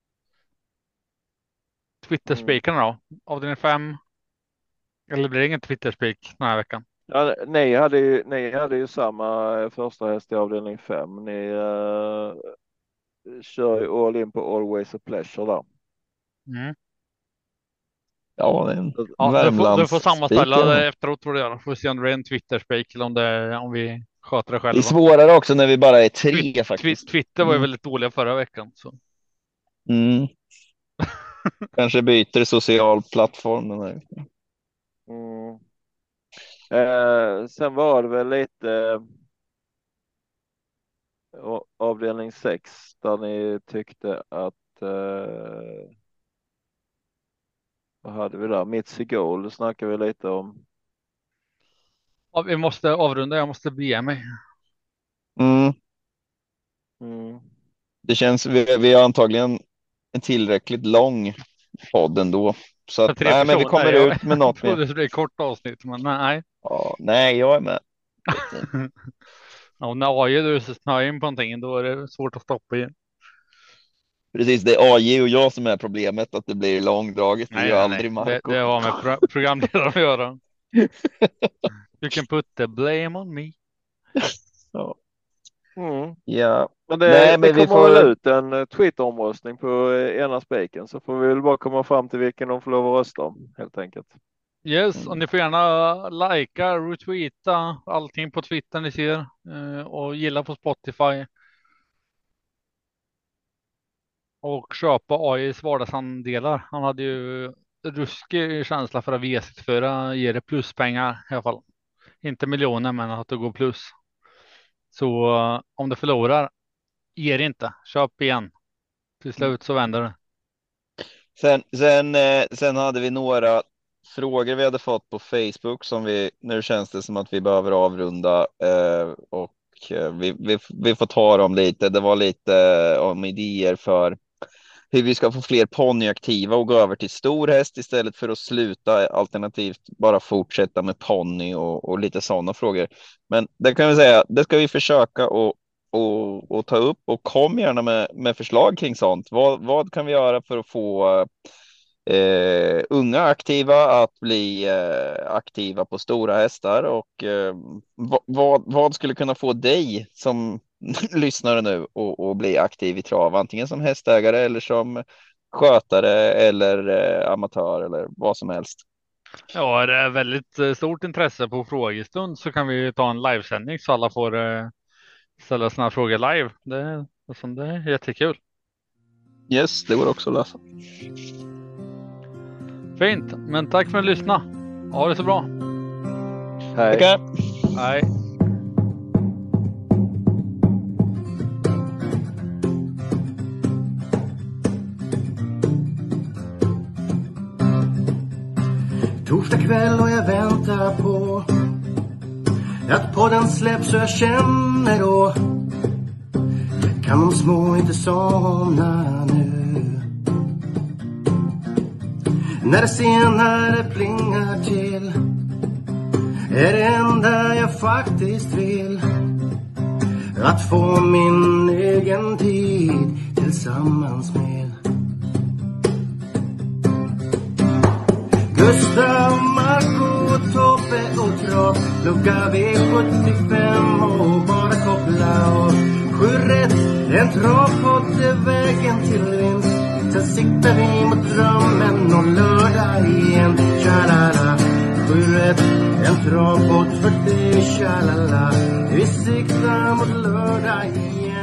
Mm. Twitter-spikarna då? Av den fem? Eller blir det ingen Twitter-spik den här veckan? Ja, ni hade ju, ni hade ju samma eh, första häst i avdelning fem. Ni uh, kör ju all in på Always a Pleasure där. Mm. Ja, det är en Ja, du får, du får Värmlandsspik. sammanställa det efteråt tror jag. Får vi se om det är en Twitter-spik eller om, det, om vi sköter det Det är själva. svårare också när vi bara är tre Twitter, faktiskt. Twitter var ju Mm. väldigt dåliga förra veckan. Så. Mm. Kanske byter social plattform. Den här. Mm. Eh, sen var det väl lite eh, avdelning sex där ni tyckte att eh, vad hade vi där? Mitzi Gold snackade vi lite om. Ja, vi måste avrunda, jag måste bege mig. Mm. Mm. Det känns, vi, vi har antagligen en tillräckligt lång podd ändå. Så För att, tre nej, men vi personer. kommer Jag ut med något mer. trodde det skulle bli ett kort avsnitt, men nej. Ja, nej, jag är med. Ja, när A I du snöar in på någonting, då är det svårt att stoppa igen. Precis, det är A J och jag som är problemet, att det blir långdraget. Det är Nej, ju nej, nej. aldrig Det, Marco. det har med pro programledaren att göra. You can put the blame on me. Ja. Mm. Ja. Men det, Nej, det men vi kommer får... väl ut en eh, Twitter-omröstning på eh, ena spiken så får vi väl bara komma fram till vilken de får lov att rösta om helt enkelt. Yes, och Mm. ni får gärna likea, retweeta allting på Twitter ni ser eh, och gilla på Spotify. Och köpa A I:s vardagsandelar. Han hade ju ruskig känsla för att V sextiofyra ger det pluspengar i alla fall. Inte miljoner, men att det går plus. Så eh, om det förlorar, ger det inte. Köp igen. Till slut så vänder det. Sen, sen, eh, sen hade vi några frågor vi hade fått på Facebook som vi, nu känns det som att vi behöver avrunda eh, och eh, vi, vi, vi får ta dem lite. Det var lite eh, om idéer för hur vi ska få fler ponnyaktiva och gå över till stor häst istället för att sluta, alternativt bara fortsätta med ponny och, och lite sådana frågor. Men det kan vi säga, det ska vi försöka och, och, och ta upp, och kom gärna med, med förslag kring sånt. Vad, vad kan vi göra för att få eh, unga aktiva att bli eh, aktiva på stora hästar, och eh, vad, vad skulle kunna få dig som lyssnare nu och, och bli aktiv i trav, antingen som hästägare eller som skötare eller eh, amatör eller vad som helst. Ja, det är väldigt eh, stort intresse på frågestund, så kan vi ta en livesändning så alla får eh, ställa sina frågor live. Det, alltså, det är jättekul. Yes, det går också att läsa. Fint, men tack för att du lyssnade. Ha det så bra. Hej. Tackar. Hej. Torsdag kväll och jag väntar på att podden släpps, så jag känner då kan de små inte somna nu. När det senare plingar till är det enda jag faktiskt vill att få min egen tid tillsammans med Gustav, Marco, Tobbe och Trav. Lucka V sjuttiofem och bara koppla av. Sju rätt, en travpodd är vägen till vinst. Sen siktar vi mot drömmen och lördag igen. Tjalala, sju rätt, en travpodd för dig. Tjalala, vi siktar mot lördag igen.